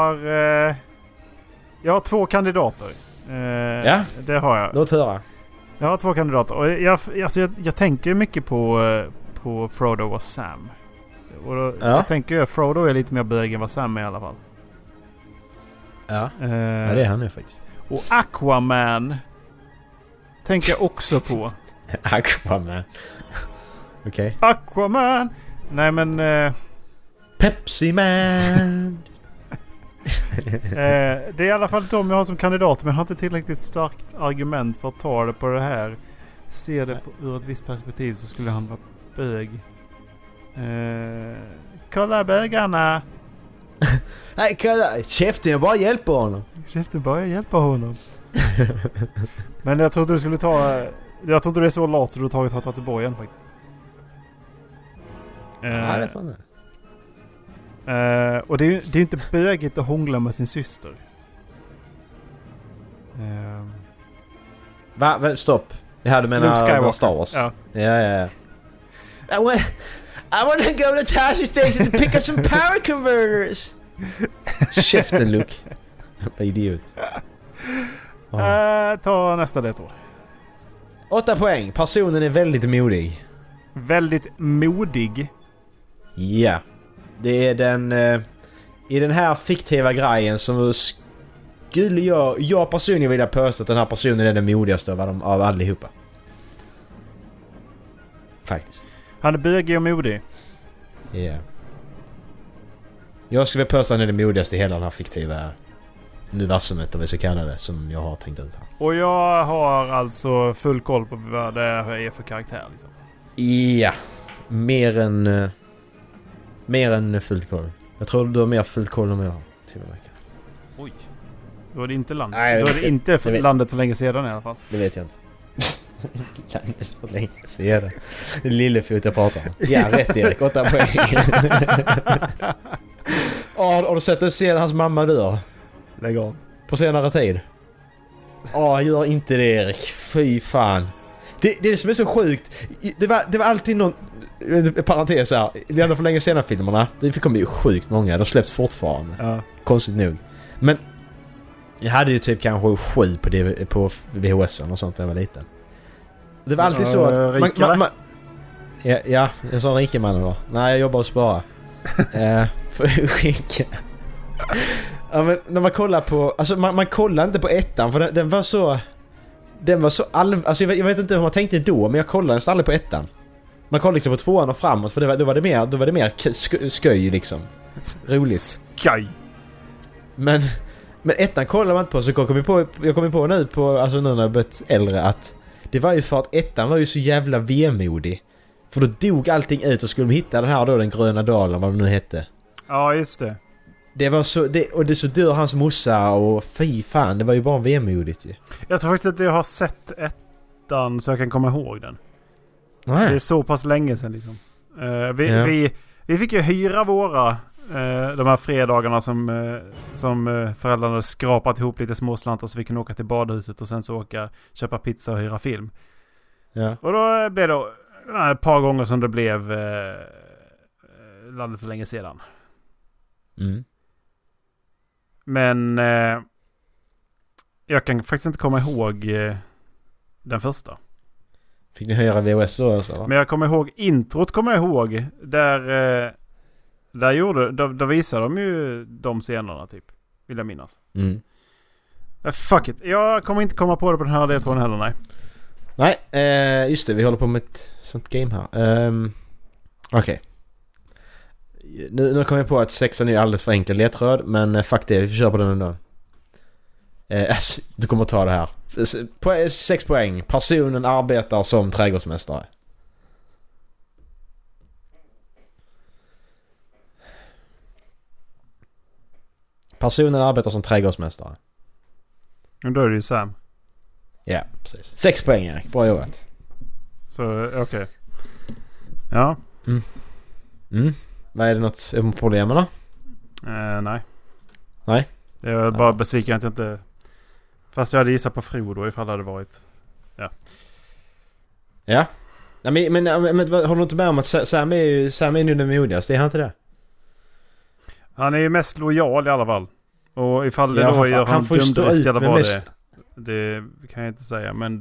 S3: har 2 kandidater.
S2: Ja,
S3: det har jag.
S2: Låt höra.
S3: Jag har 2 kandidater. Och jag tänker mycket på Frodo och Sam. Och då, jag tänker att Frodo är lite mer bög än vad Sam är i alla fall.
S2: Ja, det är han ju faktiskt.
S3: Och Aquaman tänker jag också på.
S2: Aquaman. Okej.
S3: Aquaman! Nej men...
S2: Pepsi Man!
S3: det är i alla fall de jag har som kandidat, men jag har inte tillräckligt starkt argument för att ta det på det här. Se det ur ett visst perspektiv så skulle han vara bög. Kolla bögarna!
S2: Nej, kolla! Käften, jag bara hjälper honom.
S3: Men jag trodde du skulle ta... Jag tror inte det är så lat så du har tagit bojen faktiskt.
S2: Jag vet man det.
S3: Och det är ju inte bögigt att hångla med sin syster.
S2: Va? Stopp. Det här du menar Star Wars?
S3: Ja.
S2: Ja. I want to go to Tasha Station to pick up some power converters. Käften, Luke. Idiot.
S3: Ta nästa ledtråd.
S2: 8 poäng. Personen är väldigt modig.
S3: Väldigt modig?
S2: Ja. Det är den... I den här fiktiva grejen som skulle jag personligen vilja påstå att den här personen är den modigaste av allihopa. Faktiskt.
S3: Han är bögig och modig.
S2: Ja. Yeah. Jag skulle vilja påstå att han är den modigaste i hela den här fiktiva universumet, om vi ska kalla det, som jag har tänkt ut här.
S3: Och jag har alltså full koll på vad det är för karaktär liksom.
S2: Ja. Mer än full koll. Jag tror du har mer full koll än jag har. Till och med.
S3: Oj. Då är det inte landet.
S2: Nej,
S3: då är det inte landet för länge sedan i alla fall.
S2: Det vet jag inte. Landet för länge sedan. Det är Lillefot jag pratar om. Ja, rätt Erik. 8 poäng. Har du sett en scen hans mamma dör?
S3: Lägg av.
S2: På senare tid. Gör inte det Erik. Fy fan. Det som är så sjukt. Det var alltid någon... parentes här. Det är ändå för länge sedan filmerna. Det kommer ju sjukt många. De släpps fortfarande.
S3: Ja.
S2: Konstigt nog. Men jag hade ju typ kanske 7 på VHS och sånt när jag var liten. Det var alltid så att ja, jag sa rikemannen då. Nej, jag jobbar och sparar. För skicka. Ja, men när man kollar på, alltså man kollar inte på ettan för den var så alltså jag vet inte hur man tänkte då, men jag kollade nästan aldrig på ettan. Man kollade liksom på 2:an och framåt för då var det mer sköj liksom. Roligt.
S3: Skoj.
S2: Men ettan kollar man inte på, så jag kom på nu alltså nu när jag blivit äldre att det var ju för att ettan var ju så jävla vemodig. För då dog allting ut och skulle de hitta den här då, den gröna dalen, vad det nu hette.
S3: Ja, just det.
S2: Det var så, och det så dör hans morsa och fy fan, det var ju bara vemodigt ju.
S3: Jag tror faktiskt att jag har sett ettan så jag kan komma ihåg den.
S2: Nej.
S3: Det är så pass länge sedan liksom. Vi fick ju hyra våra De här fredagarna som föräldrarna hade skrapat ihop lite småslantar så vi kunde åka till badhuset och sen så köpa pizza och hyra film.
S2: Ja.
S3: Och då blev det ett par gånger som det blev landet för länge sedan.
S2: Mm.
S3: Men jag kan faktiskt inte komma ihåg den första.
S2: Fick ni höra VHS då? Alltså?
S3: Men jag kommer ihåg introt, kommer jag ihåg. Där visade de ju de scenerna typ. Vill jag minnas.
S2: Mm.
S3: Fuck it. Jag kommer inte komma på det på den här ledtråden heller, nej.
S2: Nej, just det. Vi håller på med ett sånt game här. Okej. Nu kommer jag på att 6an är alldeles för enkel ledtråd. Men fuck det, vi får köra på den ändå. Du kommer ta det här. 6 poäng. Personen arbetar som trädgårdsmästare. Personen arbetar som trädgårdsmästare.
S3: Men då är det ju Sam.
S2: Ja, precis. 6 poäng, Erik. Bra jobbat.
S3: Så, okej. Ja.
S2: Vad är det något problem eller?
S3: Nej.
S2: Nej?
S3: Jag är bara besviken att jag inte... Fast jag hade gissat på Frodo ifall det hade varit... Ja.
S2: Ja. Men håller du inte med om att Sam är nu den modigaste? Är han inte det? Han
S3: är ju mest lojal i alla fall. Och ifall det
S2: ja,
S3: då gör han dumdrist eller vad
S2: mest...
S3: det kan jag inte säga. Men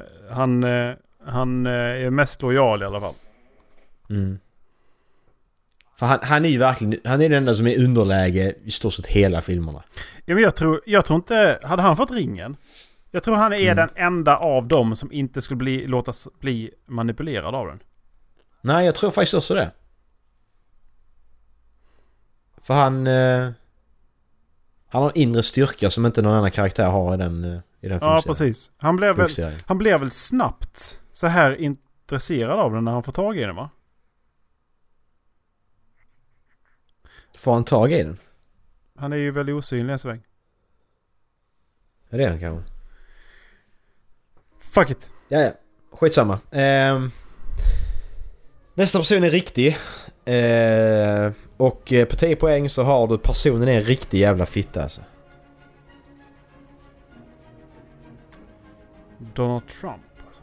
S3: han är mest lojal i alla fall.
S2: Mm. För han är ju verkligen... Han är den enda som är underläge i stort sett hela filmerna.
S3: Ja, men jag tror inte... Hade han fått ringen? Jag tror han är den enda av dem som inte skulle låtas bli manipulerad av den.
S2: Nej, jag tror faktiskt också det. För han har en inre styrka som inte någon annan karaktär har i den filmserien.
S3: Ja, precis. Han blev väl snabbt så här intresserad av den när han får tag i den, va?
S2: Får han tag i den?
S3: Han är ju väldigt osynlig en sväng.
S2: Ja, det är han kanske.
S3: Fuck it.
S2: Ja. Skitsamma. Nästa person är riktig. Och på 10 poäng så har du personen är en riktig jävla fitta alltså.
S3: Donald Trump alltså.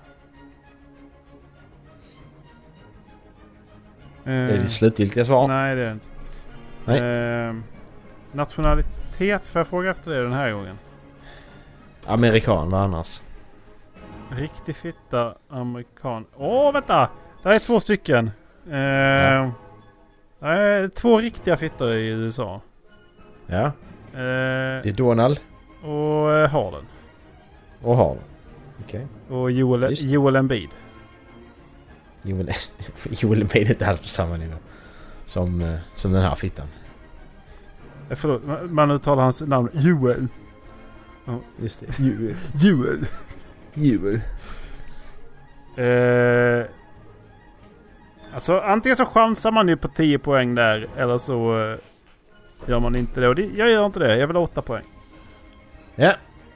S2: Det är ditt slutgiltiga svar.
S3: Nej, det är det inte.
S2: Nej.
S3: Nationalitet, får jag fråga efter det den här gången?
S2: Amerikan, vad annars?
S3: Riktig fitta, amerikan. Vänta! Det är 2 stycken. Det är 2 riktiga fittor i USA.
S2: Ja. Det är Donald.
S3: Och Harden.
S2: Och Harden. Okej.
S3: Och Joel Embiid.
S2: Joel Embiid är inte alls på samma nivå som den här fittan.
S3: Förlåt, man uttalar hans namn Joel.
S2: Ja, just det. Joel.
S3: Alltså antingen så chansar man ju på 10 poäng där, eller så gör man inte det. Och jag gör inte det, jag vill ha 8 poäng.
S2: Ja.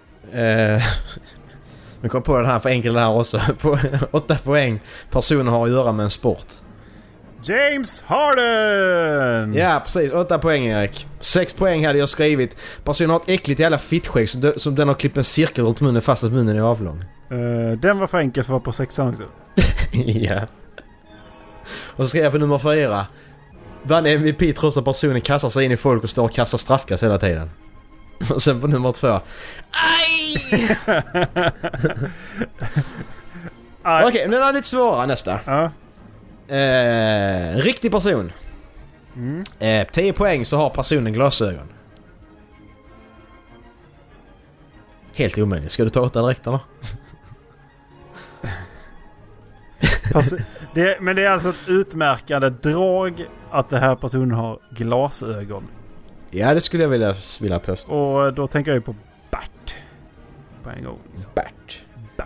S2: Vi kom på den här för enkel här också. På 8 poäng. Personen har att göra med en sport.
S3: James Harden!
S2: Ja, precis. 8 poäng, Erik. 6 poäng hade jag skrivit. Personen har ett äckligt jävla fittskägg som den har klippt en cirkel runt munnen fast att munnen är avlång.
S3: Den var för enkel för att vara på 6an också.
S2: Ja. Och så skrev jag på nummer 4. Vann MVP trots att personen kastar sig in i folk och står och kastar straffkast hela tiden. Och sen på nummer 2. Aj! Okej, men den är lite svårare nästa.
S3: Ja.
S2: Riktig person. 10 poäng så har personen glasögon. Helt omöjligt. Ska du ta 8 direkt eller?
S3: Men det är alltså ett utmärkande drag att det här personen har glasögon. Ja,
S2: det skulle jag vilja påstå.
S3: Och då tänker jag ju på Bert. På en gång. Liksom.
S2: Bert.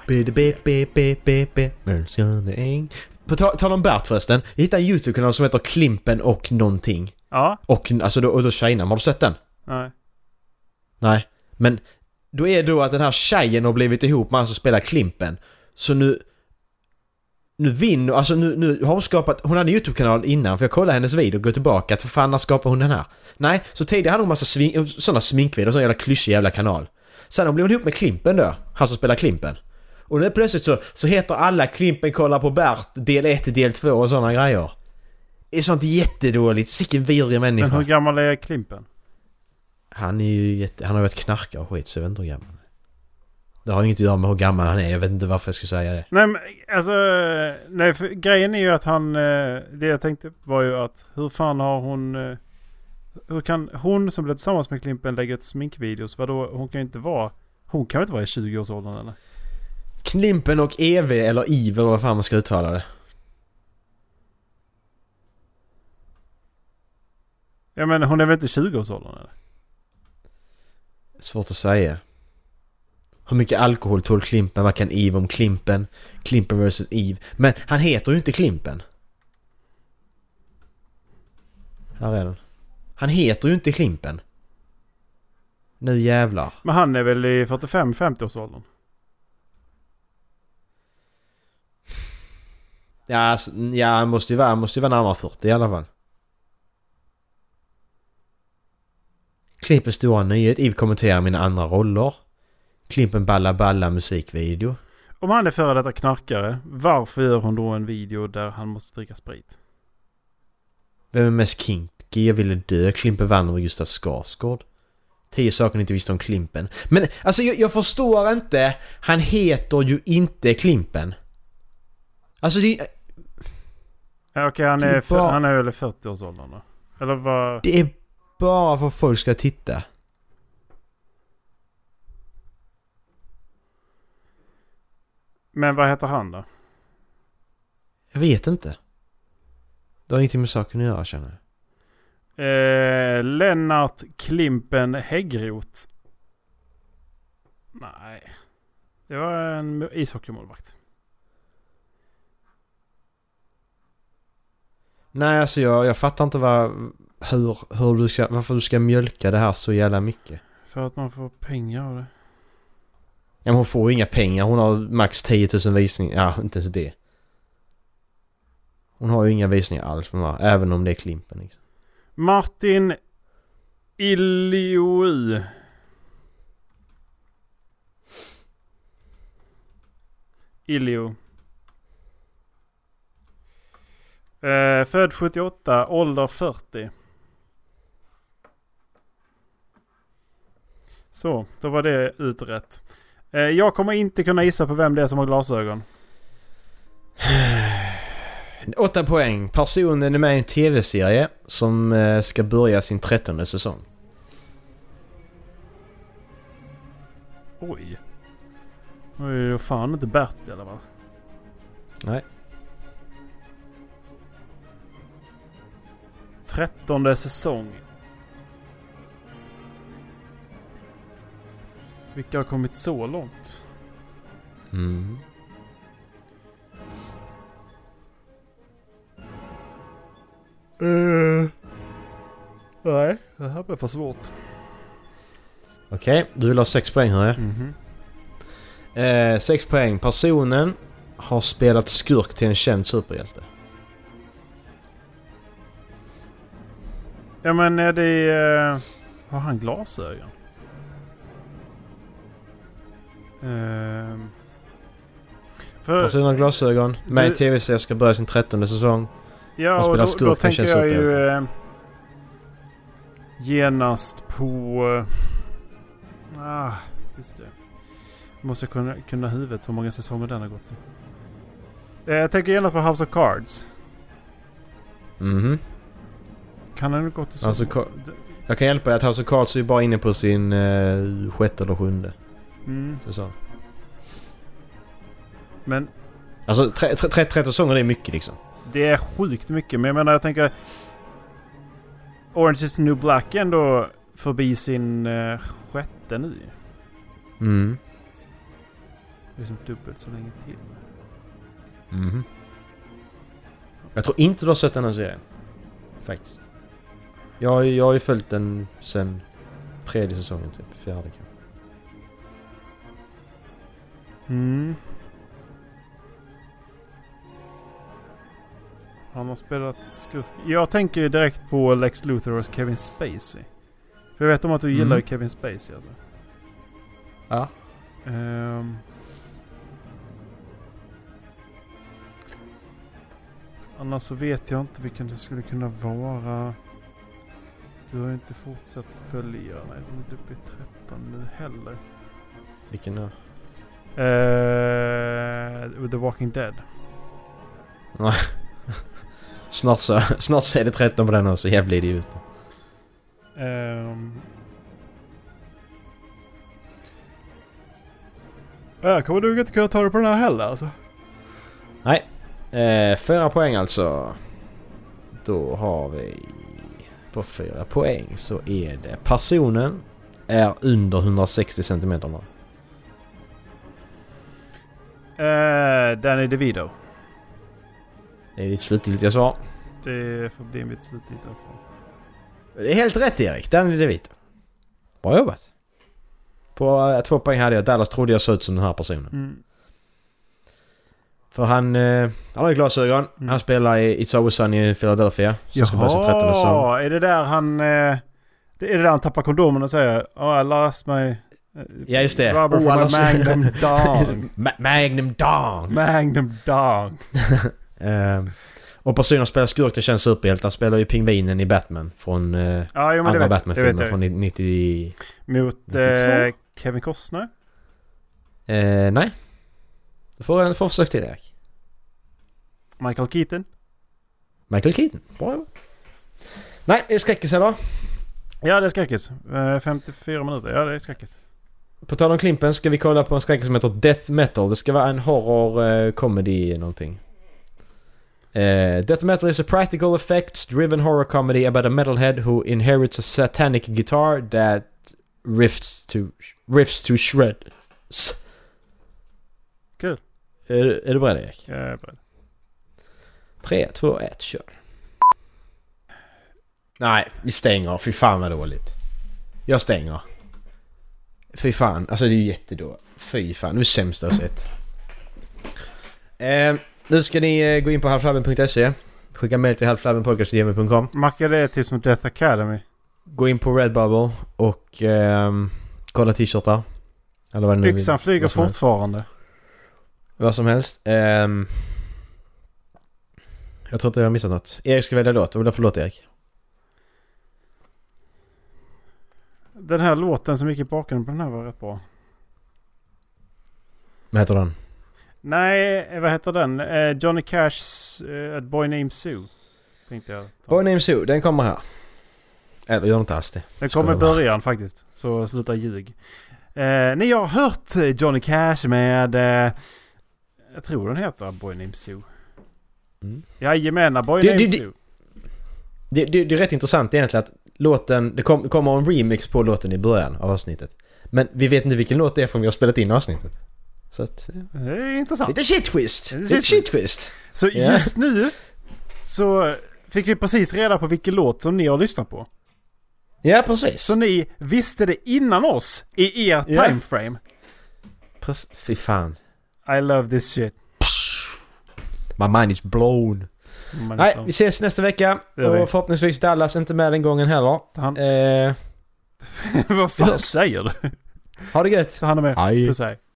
S2: På tal om Bert förresten. Jag hittade en YouTube-kanal som heter Klimpen och någonting.
S3: Ja.
S2: Och alltså då tjejerna. Har du sett den? Nej. Men då är det då att den här tjejen har blivit ihop med han som spelar Klimpen. Så nu Nu har hon skapat... Hon hade en YouTube-kanal innan, för jag kollade hennes video och går tillbaka till fan när skapar hon den här. Nej, så tidigare hade hon massa sådana sminkvideor, sån jävla klyschig jävla kanal. Sen blev hon ihop med Klimpen då, han som spelar Klimpen. Och nu plötsligt så heter alla Klimpen kollar på Bert, del 1, del 2 och sådana grejer. Det är sånt jättedåligt, sicken vidrig människa.
S3: Men hur gammal är Klimpen?
S2: Han är ju han har varit knarkare och skit, så jag vet inte hur gammal. Det har inget att göra med hur gammal han är. Jag vet inte varför jag skulle säga det.
S3: Nej, men alltså... Nej, för grejen är ju att han... Det jag tänkte var ju att... Hur fan har hon... Hur kan hon som blev tillsammans med Klimpen lägga ett sminkvideos? Vadå? Hon kan ju inte vara... Hon kan väl inte vara i 20-årsåldern, eller?
S2: Klimpen och EV, eller Iver, vad fan man ska uttala det.
S3: Ja, men hon är väl inte i 20-årsåldern, eller?
S2: Svårt att säga. Hur mycket alkohol tål Klimpen? Vad kan Eve om Klimpen? Klimpen versus Eve. Men han heter ju inte Klimpen. Här är den. Han heter ju inte Klimpen. Nu jävlar.
S3: Men han är väl i 45-50-årsåldern?
S2: Ja, måste ju vara närmare 40 i alla fall. Klimpens stora nyhet. Eve kommenterar mina andra roller. Klimpen balla musikvideo.
S3: Om han är före detta knarkare, varför gör hon då en video där han måste dricka sprit?
S2: Vem är mest kinky? Jag ville dö. Klimpen vann över Gustav Skarsgård. 10 saker ni inte visste om Klimpen. Men alltså jag förstår inte. Han heter ju inte Klimpen. Alltså det...
S3: Ja, okej, han är väl i 40-årsåldern då? Eller vad?
S2: Det är bara för att folk ska titta.
S3: Men vad heter han då?
S2: Jag vet inte. Det har ingenting med saken att göra, känner jag.
S3: Lennart Klimpen Häggroth. Nej. Det var en ishockeymålvakt.
S2: Nej, alltså jag fattar inte varför du ska mjölka det här så jävla mycket.
S3: För att man får pengar av det.
S2: Ja, men hon får ju inga pengar. Hon har max 10 000 visningar. Ja, inte ens det. Hon har ju inga visningar alls med mig, även om det är Klimpen liksom.
S3: Martin Iliou. Född 78, ålder 40. Så, då var det utrett. Jag kommer inte kunna gissa på vem det är som har glasögon.
S2: 8 poäng. Personen är med i en tv-serie som ska börja sin 13:e säsong.
S3: Oj. Det är ju fan inte Bert eller vad?
S2: Nej.
S3: 13:e säsong. Vilka har kommit så långt?
S2: Mm.
S3: Nej, det här blir för svårt.
S2: Okej, du vill ha 6 poäng, hör jag. 6 poäng. Personen har spelat skurk till en känd superhjälte.
S3: Ja, men är det... har han glasögon?
S2: Personen har glasögon. Med i tv-serien ska börja sin 13:e säsong.
S3: Ja, och då tänker jag ju genast på... just det. Måste jag kunna huvudet hur många säsonger den har gått till. Jag tänker genast på House of Cards.
S2: Mhm.
S3: Kan den gå till
S2: alltså, jag kan hjälpa dig att House of Cards är bara inne på sin 6:e eller 7:e säsong.
S3: Men...
S2: Alltså 30 säsonger är mycket liksom.
S3: Det är sjukt mycket. Men jag menar, jag tänker... Orange is the New Black ändå förbi sin 6:e nu.
S2: Mm.
S3: Det är som dubbelt så länge till.
S2: Mhm. Jag tror inte du har sett den här serien. Faktiskt. Jag har ju följt den sen 3:e säsongen typ. 4:e kanske.
S3: Han har spelat skurk. Jag tänker ju direkt på Lex Luthor och Kevin Spacey. För jag vet om att du gillar ju Kevin Spacey alltså.
S2: Ja.
S3: Annars så vet jag inte vilken det skulle kunna vara. Du har ju inte fortsatt följa. Nej, du är inte uppe i 13 nu heller.
S2: Vilken då?
S3: The Walking Dead.
S2: Nej. Snart så är det 13 på den och så jävla idiot.
S3: Jag kommer nog inte kunna ta det på den här heller alltså.
S2: Nej. 4 poäng alltså. Då har vi... På 4 poäng så är det... Personen är under 160 cm.
S3: Danny DeVito.
S2: Det är ditt slutgiltiga svar.
S3: Det får bli mitt slutgiltiga svar.
S2: Det är helt rätt, Erik. Danny DeVito. Bra jobbat. På 2 poäng hade jag. Dallas trodde jag såg ut som den här personen. För han har ju glasögon. Han spelar i It's Always Sunny i Philadelphia.
S3: Jaha, är det där han... är det där han tappar kondomen och säger I lost my...
S2: Ja, just det.
S3: Magnum Dong.
S2: Magnum Dong.
S3: Magnum Dong.
S2: Och personen spelar skurk, det känns superhjält. Han spelar ju Pingvinen i Batman från andra Batman-filmer från 90...
S3: Mot Kevin Costner?
S2: Nej. Du får försök till det, Erik.
S3: Michael Keaton?
S2: Michael Keaton, bra. Nej, är det skräckis eller?
S3: Ja, det är skräckis. 54 minuter, ja det är skräckis.
S2: På tal om Klimpen ska vi kolla på en skräckis som heter Death Metal. Det ska vara en horror-comedy någonting. Death Metal is a practical effects driven horror comedy about a metalhead who inherits a satanic guitar that riffs to shreds.
S3: Kul.
S2: Är du beredd, Erik?
S3: Jag är beredd.
S2: 3, 2, 1, kör. Nej, vi stänger. Fy fan vad dåligt. Jag stänger. Fy fan, alltså det är ju jättedåligt. Fy fan, det är sämsta jag sett. Nu ska ni gå in på halflabben.se. Skicka mail till halflabbenpodcast.gmail.com.
S3: Macka, det är typ som Death Academy.
S2: Gå in på Redbubble och kolla t-shirtar. Eller vad det nu är.
S3: Yxan flyger fortfarande.
S2: Vad som helst. Jag tror inte jag har missat något. Erik ska välja låt. Vad vill du för låt, Erik?
S3: Den här låten som gick i bakgrunden på den här var rätt bra.
S2: Vad heter den?
S3: Nej, vad heter den? Johnny Cash's Boy Named Sue. Tänkte jag.
S2: Boy Named Sue, den kommer här. Eller gör inte alls det.
S3: Den kommer i början faktiskt. Så sluta ljug. Ni har hört Johnny Cash med... jag tror den heter Boy Named Sue. Jajamän, Boy Named Sue.
S2: Det är rätt intressant egentligen att låten... Det kommer en remix på låten i början av avsnittet. Men vi vet inte vilken låt det är från vi har spelat in avsnittet. Så att,
S3: det är intressant.
S2: Lite shit twist.
S3: Så just nu så fick vi precis reda på vilken låt som ni har lyssnat på.
S2: Ja, precis.
S3: Så ni visste det innan oss i er timeframe.
S2: Fy fan.
S3: I love this shit.
S2: My mind is blown. Nej, vi ses nästa vecka. Och förhoppningsvis Dallas inte med den gången heller.
S3: Vad fan säger du?
S2: Ha det gött.
S3: Så han är med.
S2: Hej.
S3: Puss, hej.